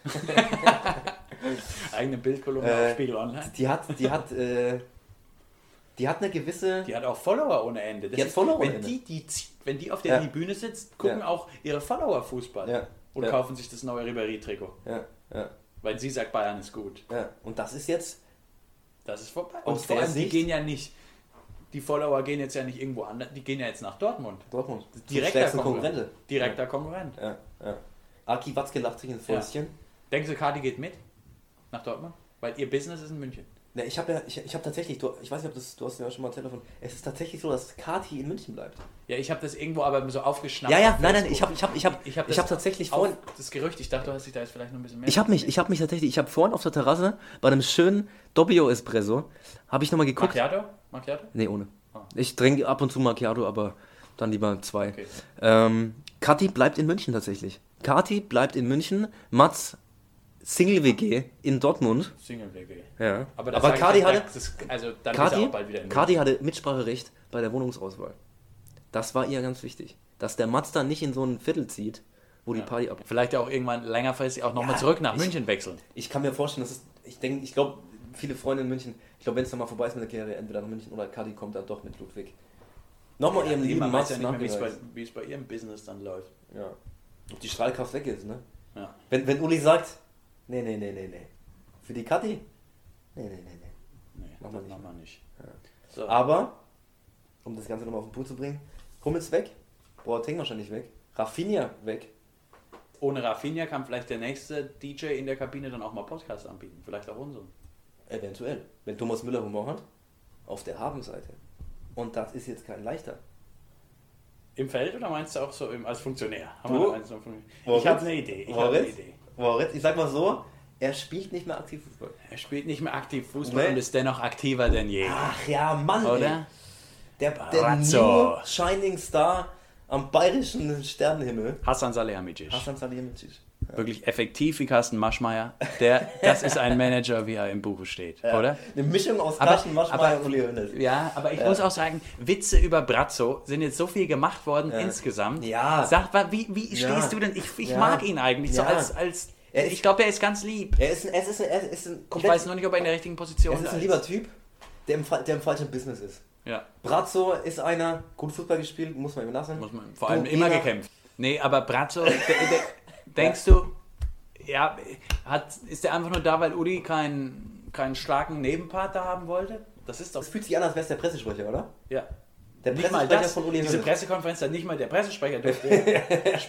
S2: Eigene Bildkolumne auf Spiegel Online.
S1: Die hat eine gewisse...
S2: Die hat auch Follower ohne Ende. Wenn die auf der Tribüne sitzt, gucken auch ihre Follower Fußball und kaufen sich das neue Ribéry-Trikot.
S1: Ja.
S2: Weil sie sagt, Bayern ist gut.
S1: Ja. Und das ist jetzt...
S2: Das ist vorbei. Und vor allem, die Follower gehen jetzt ja nicht irgendwo anders, die gehen ja jetzt nach Dortmund. Direkter Konkurrent.
S1: Ja. Aki Watzke lacht sich ins Fäustchen.
S2: Denkst du, Kati geht mit nach Dortmund? Weil ihr Business ist in München.
S1: Ne, ich habe tatsächlich, ich weiß nicht, du hast ja schon mal erzählt davon, es ist tatsächlich so, dass Kati in München bleibt.
S2: Ja, ich habe das irgendwo aber so aufgeschnappt.
S1: Ja, nein, ich habe tatsächlich vorhin...
S2: Das Gerücht, ich dachte, du hast dich da jetzt vielleicht noch ein bisschen mehr...
S1: Ich habe vorhin auf der Terrasse bei einem schönen Doppio Espresso, habe ich nochmal geguckt...
S2: Macchiato?
S1: Nee, ohne. Ich trinke ab und zu Macchiato, aber dann lieber 2.
S2: Okay.
S1: Kathi bleibt in München tatsächlich. Kathi bleibt in München, Mats Single-WG in Dortmund.
S2: Single-WG.
S1: Ja.
S2: Aber
S1: Kathi hatte...
S2: dann ist er auch bald wieder in München.
S1: Kathi hatte Mitspracherecht bei der Wohnungsauswahl. Das war ihr ganz wichtig. Dass der Mats dann nicht in so ein Viertel zieht, wo die Party ab...
S2: Vielleicht auch irgendwann längerfristig auch nochmal zurück nach München wechseln.
S1: Ich kann mir vorstellen, ich glaube, viele Freunde in München, ich glaube, wenn es dann mal vorbei ist mit der Karriere, entweder nach München oder Kathi kommt dann doch mit Ludwig. Nochmal ihrem lieben Mats
S2: nachgereist. Wie es bei ihrem Business dann läuft.
S1: Ja. Ob die Strahlkraft weg ist, ne?
S2: Ja.
S1: Wenn Uli sagt, nee. Für die Kathi? Nee.
S2: Nee, machen wir nicht.
S1: Ja.
S2: So.
S1: Aber, um das Ganze nochmal auf den Punkt zu bringen, Hummels weg, Boateng wahrscheinlich weg, Rafinha weg.
S2: Ohne Rafinha kann vielleicht der nächste DJ in der Kabine dann auch mal Podcast anbieten. Vielleicht auch unseren.
S1: Eventuell. Wenn Thomas Müller Humor hat, auf der Habenseite. Und das ist jetzt kein leichter.
S2: Im Feld oder meinst du auch so als Funktionär?
S1: Ich habe eine Idee. Moritz, ich sag mal so, er spielt nicht mehr aktiv Fußball.
S2: Er spielt nicht mehr aktiv Fußball und ist dennoch aktiver denn je.
S1: Ach ja, Mann.
S2: Oder?
S1: Der New Shining Star am bayerischen Sternenhimmel.
S2: Hassan Salihamidzic.
S1: Ja.
S2: Wirklich effektiv wie Carsten Maschmeyer. Das ist ein Manager, wie er im Buche steht, oder?
S1: Eine Mischung aus Carsten Maschmeyer und Uli Hoeneß.
S2: Ja, aber ich muss auch sagen, Witze über Brazzo sind jetzt so viel gemacht worden insgesamt.
S1: Ja.
S2: Sag mal, wie stehst du denn? Ich mag ihn eigentlich so als ich glaube, er ist ganz lieb.
S1: Er ist ein
S2: ich weiß nur nicht, ob er in der richtigen Position ist.
S1: Er ist ein lieber Typ, der im falschen Business ist.
S2: Ja.
S1: Brazzo ist einer, gut Fußball gespielt, muss man ihm lassen.
S2: Vor allem immer gekämpft. Nee, aber Brazzo, denkst du, ja, ist der einfach nur da, weil Uli keinen starken Nebenpart da haben wollte? Das
S1: fühlt sich an, als wäre es der Pressesprecher, oder?
S2: Ja.
S1: Der Pressesprecher von Uli Hoeneß.
S2: Diese Pressekonferenz hat nicht mal der Pressesprecher durfte.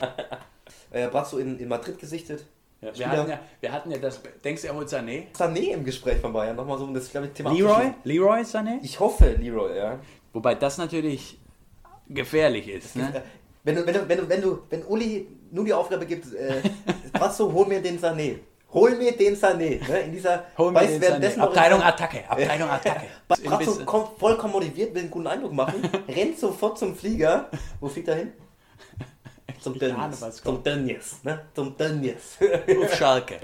S1: Brazzo in Madrid gesichtet.
S2: Ja, wir hatten ja das, denkst du, er holt Sané?
S1: Sané im Gespräch von Bayern, nochmal so um das, glaube ich, Thema
S2: Leroy Sané?
S1: Ich hoffe, Leroy, ja.
S2: Wobei das natürlich gefährlich ist, ne?
S1: Wenn Uli nur die Aufgabe gibt, Brazzo, hol mir den Sané. Ne? In dieser
S2: Abteilung Attacke.
S1: Brazzo kommt vollkommen motiviert, will einen guten Eindruck machen, rennt sofort zum Flieger. Wo fliegt er hin? Zum Tönnies.
S2: Auf Schalke.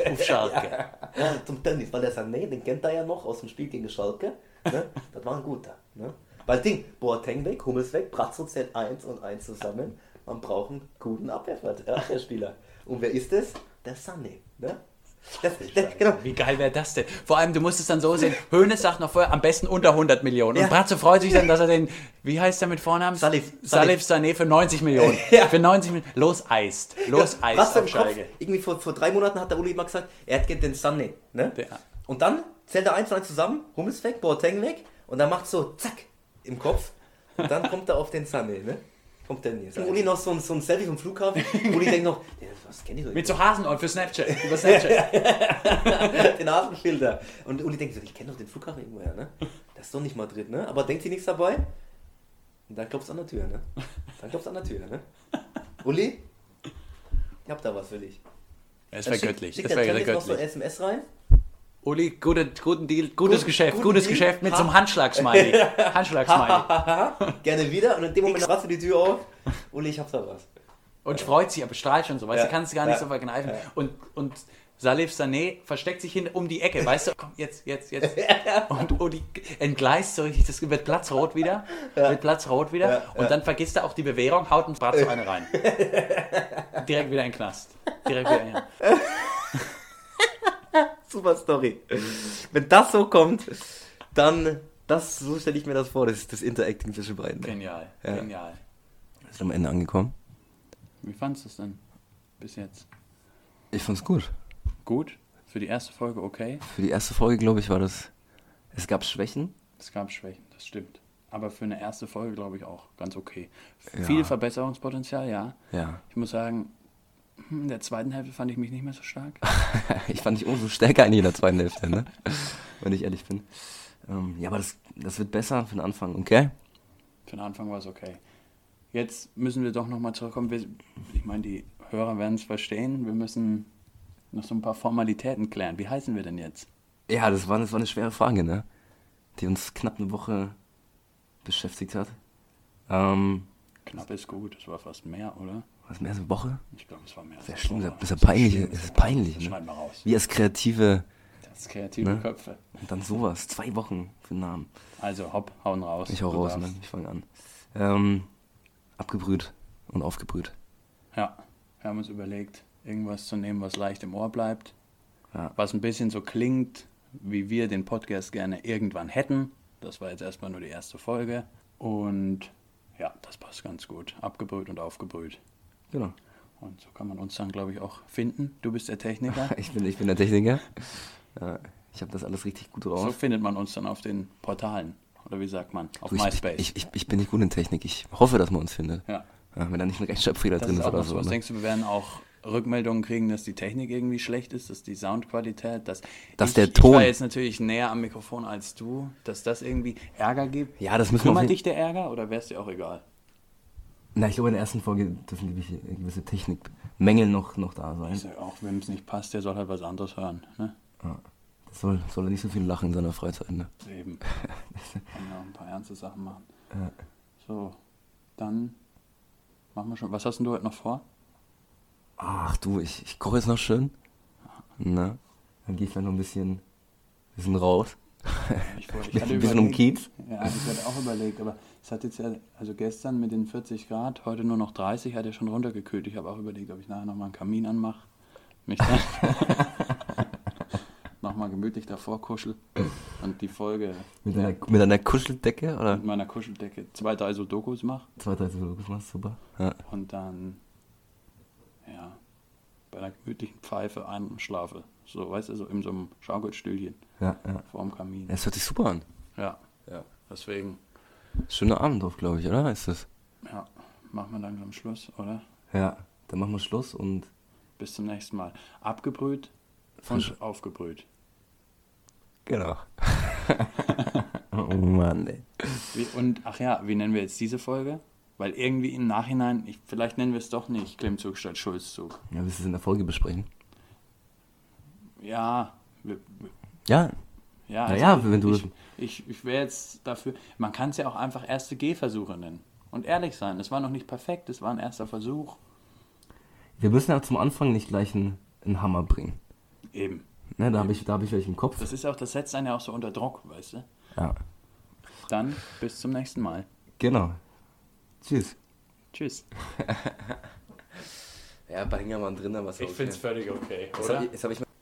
S1: Zum Tönnies, weil der Sané, den kennt er ja noch aus dem Spiel gegen Schalke. Ne? Das war ein guter. Ne? Weil Boateng weg, Hummels weg, Brazzo zählt 1 und 1 zusammen. Man braucht einen guten Abwehrspieler. Und wer ist es? Der Sané. Ne?
S2: Genau. Wie geil wäre das denn? Vor allem, du musst es dann so sehen, Hoeneß sagt noch vorher, am besten unter 100 Millionen. Und Brazzo freut sich dann, dass er den, wie heißt der mit Vornamen?
S1: Salif
S2: Sané für 90 Millionen. Für 90 Millionen. Los eist auf Schalke.
S1: Irgendwie vor 3 Monaten hat der Uli immer gesagt, er hat den Sané. Ne? Und dann zählt er 1 und 1 zusammen, Hummels weg, Boateng weg. Und dann macht so, zack, im Kopf. Und dann kommt er auf den Sané, ne? Kommt der nicht. Uli noch so ein Selfie vom Flughafen. Uli denkt noch, was kenn ich so?
S2: Mit so Hasenohren für Snapchat. Über Snapchat.
S1: Den Hasenfilter. Und Uli denkt so, ich kenne doch den Flughafen irgendwoher, ne? Das ist doch nicht Madrid, ne? Aber denkt sie nichts dabei? Und dann klopft es an der Tür, ne? Uli, ich hab da was für dich.
S2: Es wäre göttlich.
S1: Schickt der Tennis noch so SMS rein?
S2: Uli, guten Deal, gutes Geschäft mit so einem Handschlag-Smiley.
S1: Gerne wieder und in dem Moment rast du die Tür auf. Uli, ich hab da was.
S2: Und freut sich, aber strahlt schon so, weißt du, kannst du gar nicht so verkneifen. Ja. Und Salif Sané versteckt sich um die Ecke, weißt du, komm, jetzt. Und Uli entgleist so richtig, das wird platzrot wieder. Und dann vergisst er auch die Bewährung, haut einen Bratzo eine rein. Direkt wieder in den Knast.
S1: Super Story. Wenn das so kommt, dann, so stelle ich mir das vor, das Interacting zwischen beiden.
S2: Genial.
S1: Ist am Ende angekommen.
S2: Wie fandest du es denn bis jetzt?
S1: Ich fand's gut.
S2: Gut? Für die erste Folge okay?
S1: Für die erste Folge, glaube ich, es gab Schwächen.
S2: Es gab Schwächen, das stimmt. Aber für eine erste Folge, glaube ich, auch ganz okay. Viel Verbesserungspotenzial, ja.
S1: Ja.
S2: Ich muss sagen, In der zweiten Hälfte fand ich mich nicht mehr so stark.
S1: Ich fand dich umso stärker in jeder zweiten Hälfte, ne? Wenn ich ehrlich bin. Ja, aber das wird besser für den Anfang, okay?
S2: Für den Anfang war es okay. Jetzt müssen wir doch nochmal zurückkommen. Ich meine, die Hörer werden es verstehen. Wir müssen noch so ein paar Formalitäten klären. Wie heißen wir denn jetzt?
S1: Ja, das war eine schwere Frage, ne? Die uns knapp eine Woche beschäftigt hat.
S2: Knapp ist gut, es war fast mehr, oder?
S1: Was, mehr als eine Woche?
S2: Ich glaube, es war mehr als
S1: Sehr
S2: eine
S1: schlimm,
S2: Woche.
S1: das ist ja peinlich. Das ist peinlich,
S2: Das
S1: ne?
S2: schneiden wir raus.
S1: Wir als kreative,
S2: Das kreative
S1: Ne?
S2: Köpfe.
S1: und dann sowas. 2 Wochen für einen Namen.
S2: Also, hopp, hauen raus.
S1: Ich hau
S2: Du
S1: raus, ne?
S2: darfst.
S1: Ich fange an. Abgebrüht und aufgebrüht.
S2: Ja, wir haben uns überlegt, irgendwas zu nehmen, was leicht im Ohr bleibt.
S1: Ja.
S2: Was ein bisschen so klingt, wie wir den Podcast gerne irgendwann hätten. Das war jetzt erstmal nur die erste Folge. Und ja, das passt ganz gut. Abgebrüht und aufgebrüht.
S1: Genau.
S2: Und so kann man uns dann, glaube ich, auch finden. Du bist der Techniker.
S1: Ich bin der Techniker. Ich habe das alles richtig gut
S2: So
S1: drauf.
S2: findet man uns dann auf den Portalen. Oder wie sagt man? Auf
S1: Du,
S2: MySpace.
S1: ich bin nicht gut in Technik. Ich hoffe, dass man uns findet.
S2: Ja.
S1: Ja, wenn da nicht ein Rechtschreibfehler
S2: Das
S1: drin
S2: ist
S1: ist
S2: auch
S1: oder
S2: noch
S1: so.
S2: so. Was
S1: Ne?
S2: denkst du, wir werden auch Rückmeldungen kriegen, dass die Technik irgendwie schlecht ist, dass die Soundqualität, dass
S1: Der Ton-
S2: Ich war jetzt natürlich näher am Mikrofon als du, dass das irgendwie Ärger gibt.
S1: Ja, das müssen wir
S2: Kümmert
S1: auf
S2: dich der Ärger oder wäre es dir auch egal?
S1: Na, ich glaube, in der ersten Folge dürfen gewisse Technikmängel noch da sein.
S2: Ich sag auch, wenn es nicht passt, der soll halt was anderes hören. Ne?
S1: Ja. Das soll er nicht so viel lachen in seiner Freizeit. Ne?
S2: Eben. Kann ja auch ein paar ernste Sachen machen.
S1: Ja.
S2: So, dann machen wir schon. Was hast denn du heute noch vor?
S1: Ach du, ich koche jetzt noch schön. Na, dann gehe ich vielleicht noch ein bisschen raus.
S2: Ich hatte
S1: Ein bisschen um
S2: überlegt-
S1: Kiez.
S2: Ja, ich hatte auch überlegt, aber es hat jetzt ja, also gestern mit den 40 Grad, heute nur noch 30, hat er schon runtergekühlt. Ich habe auch überlegt, ob ich nachher nochmal einen Kamin anmache, mich dann nochmal gemütlich davor kuschel und die Folge
S1: Mit einer Kuscheldecke oder?
S2: mit meiner Kuscheldecke 2, 3 so Dokus mache
S1: 2, 3 Videos machst, super. Ja.
S2: und dann, ja, bei einer gemütlichen Pfeife einschlafe. So, weißt du, so in so einem Schaukelstühlchen
S1: Ja.
S2: vorm Kamin.
S1: Es hört sich super an.
S2: Ja,
S1: Ja.
S2: deswegen,
S1: Schöner Abend drauf, glaube ich, oder? Ist das?
S2: ja, machen wir langsam Schluss, oder?
S1: Ja. Dann machen wir Schluss und
S2: Bis zum nächsten Mal. Abgebrüht
S1: Frisch.
S2: und aufgebrüht.
S1: genau. Oh Mann, ey.
S2: Ach ja, wie nennen wir jetzt diese Folge? Weil irgendwie im Nachhinein, vielleicht nennen wir es doch nicht Klimmzug statt Schulzzug.
S1: Ja, willst du es in der Folge besprechen?
S2: Ja,
S1: Ja.
S2: ja,
S1: Naja, wenn du-
S2: ich wäre jetzt dafür, man kann es ja auch einfach erste Gehversuche nennen. Und ehrlich sein, es war noch nicht perfekt, es war ein erster Versuch.
S1: Wir müssen ja zum Anfang nicht gleich einen Hammer bringen.
S2: Eben.
S1: Ne, da habe ich welche im Kopf.
S2: Das ist auch, das setzt einen ja auch so unter Druck, weißt du?
S1: Ja.
S2: Dann bis zum nächsten Mal.
S1: Genau. Tschüss.
S2: Tschüss.
S1: Ja, bei Hingermann drin, aber
S2: Ich finde es völlig okay,
S1: Jetzt habe ich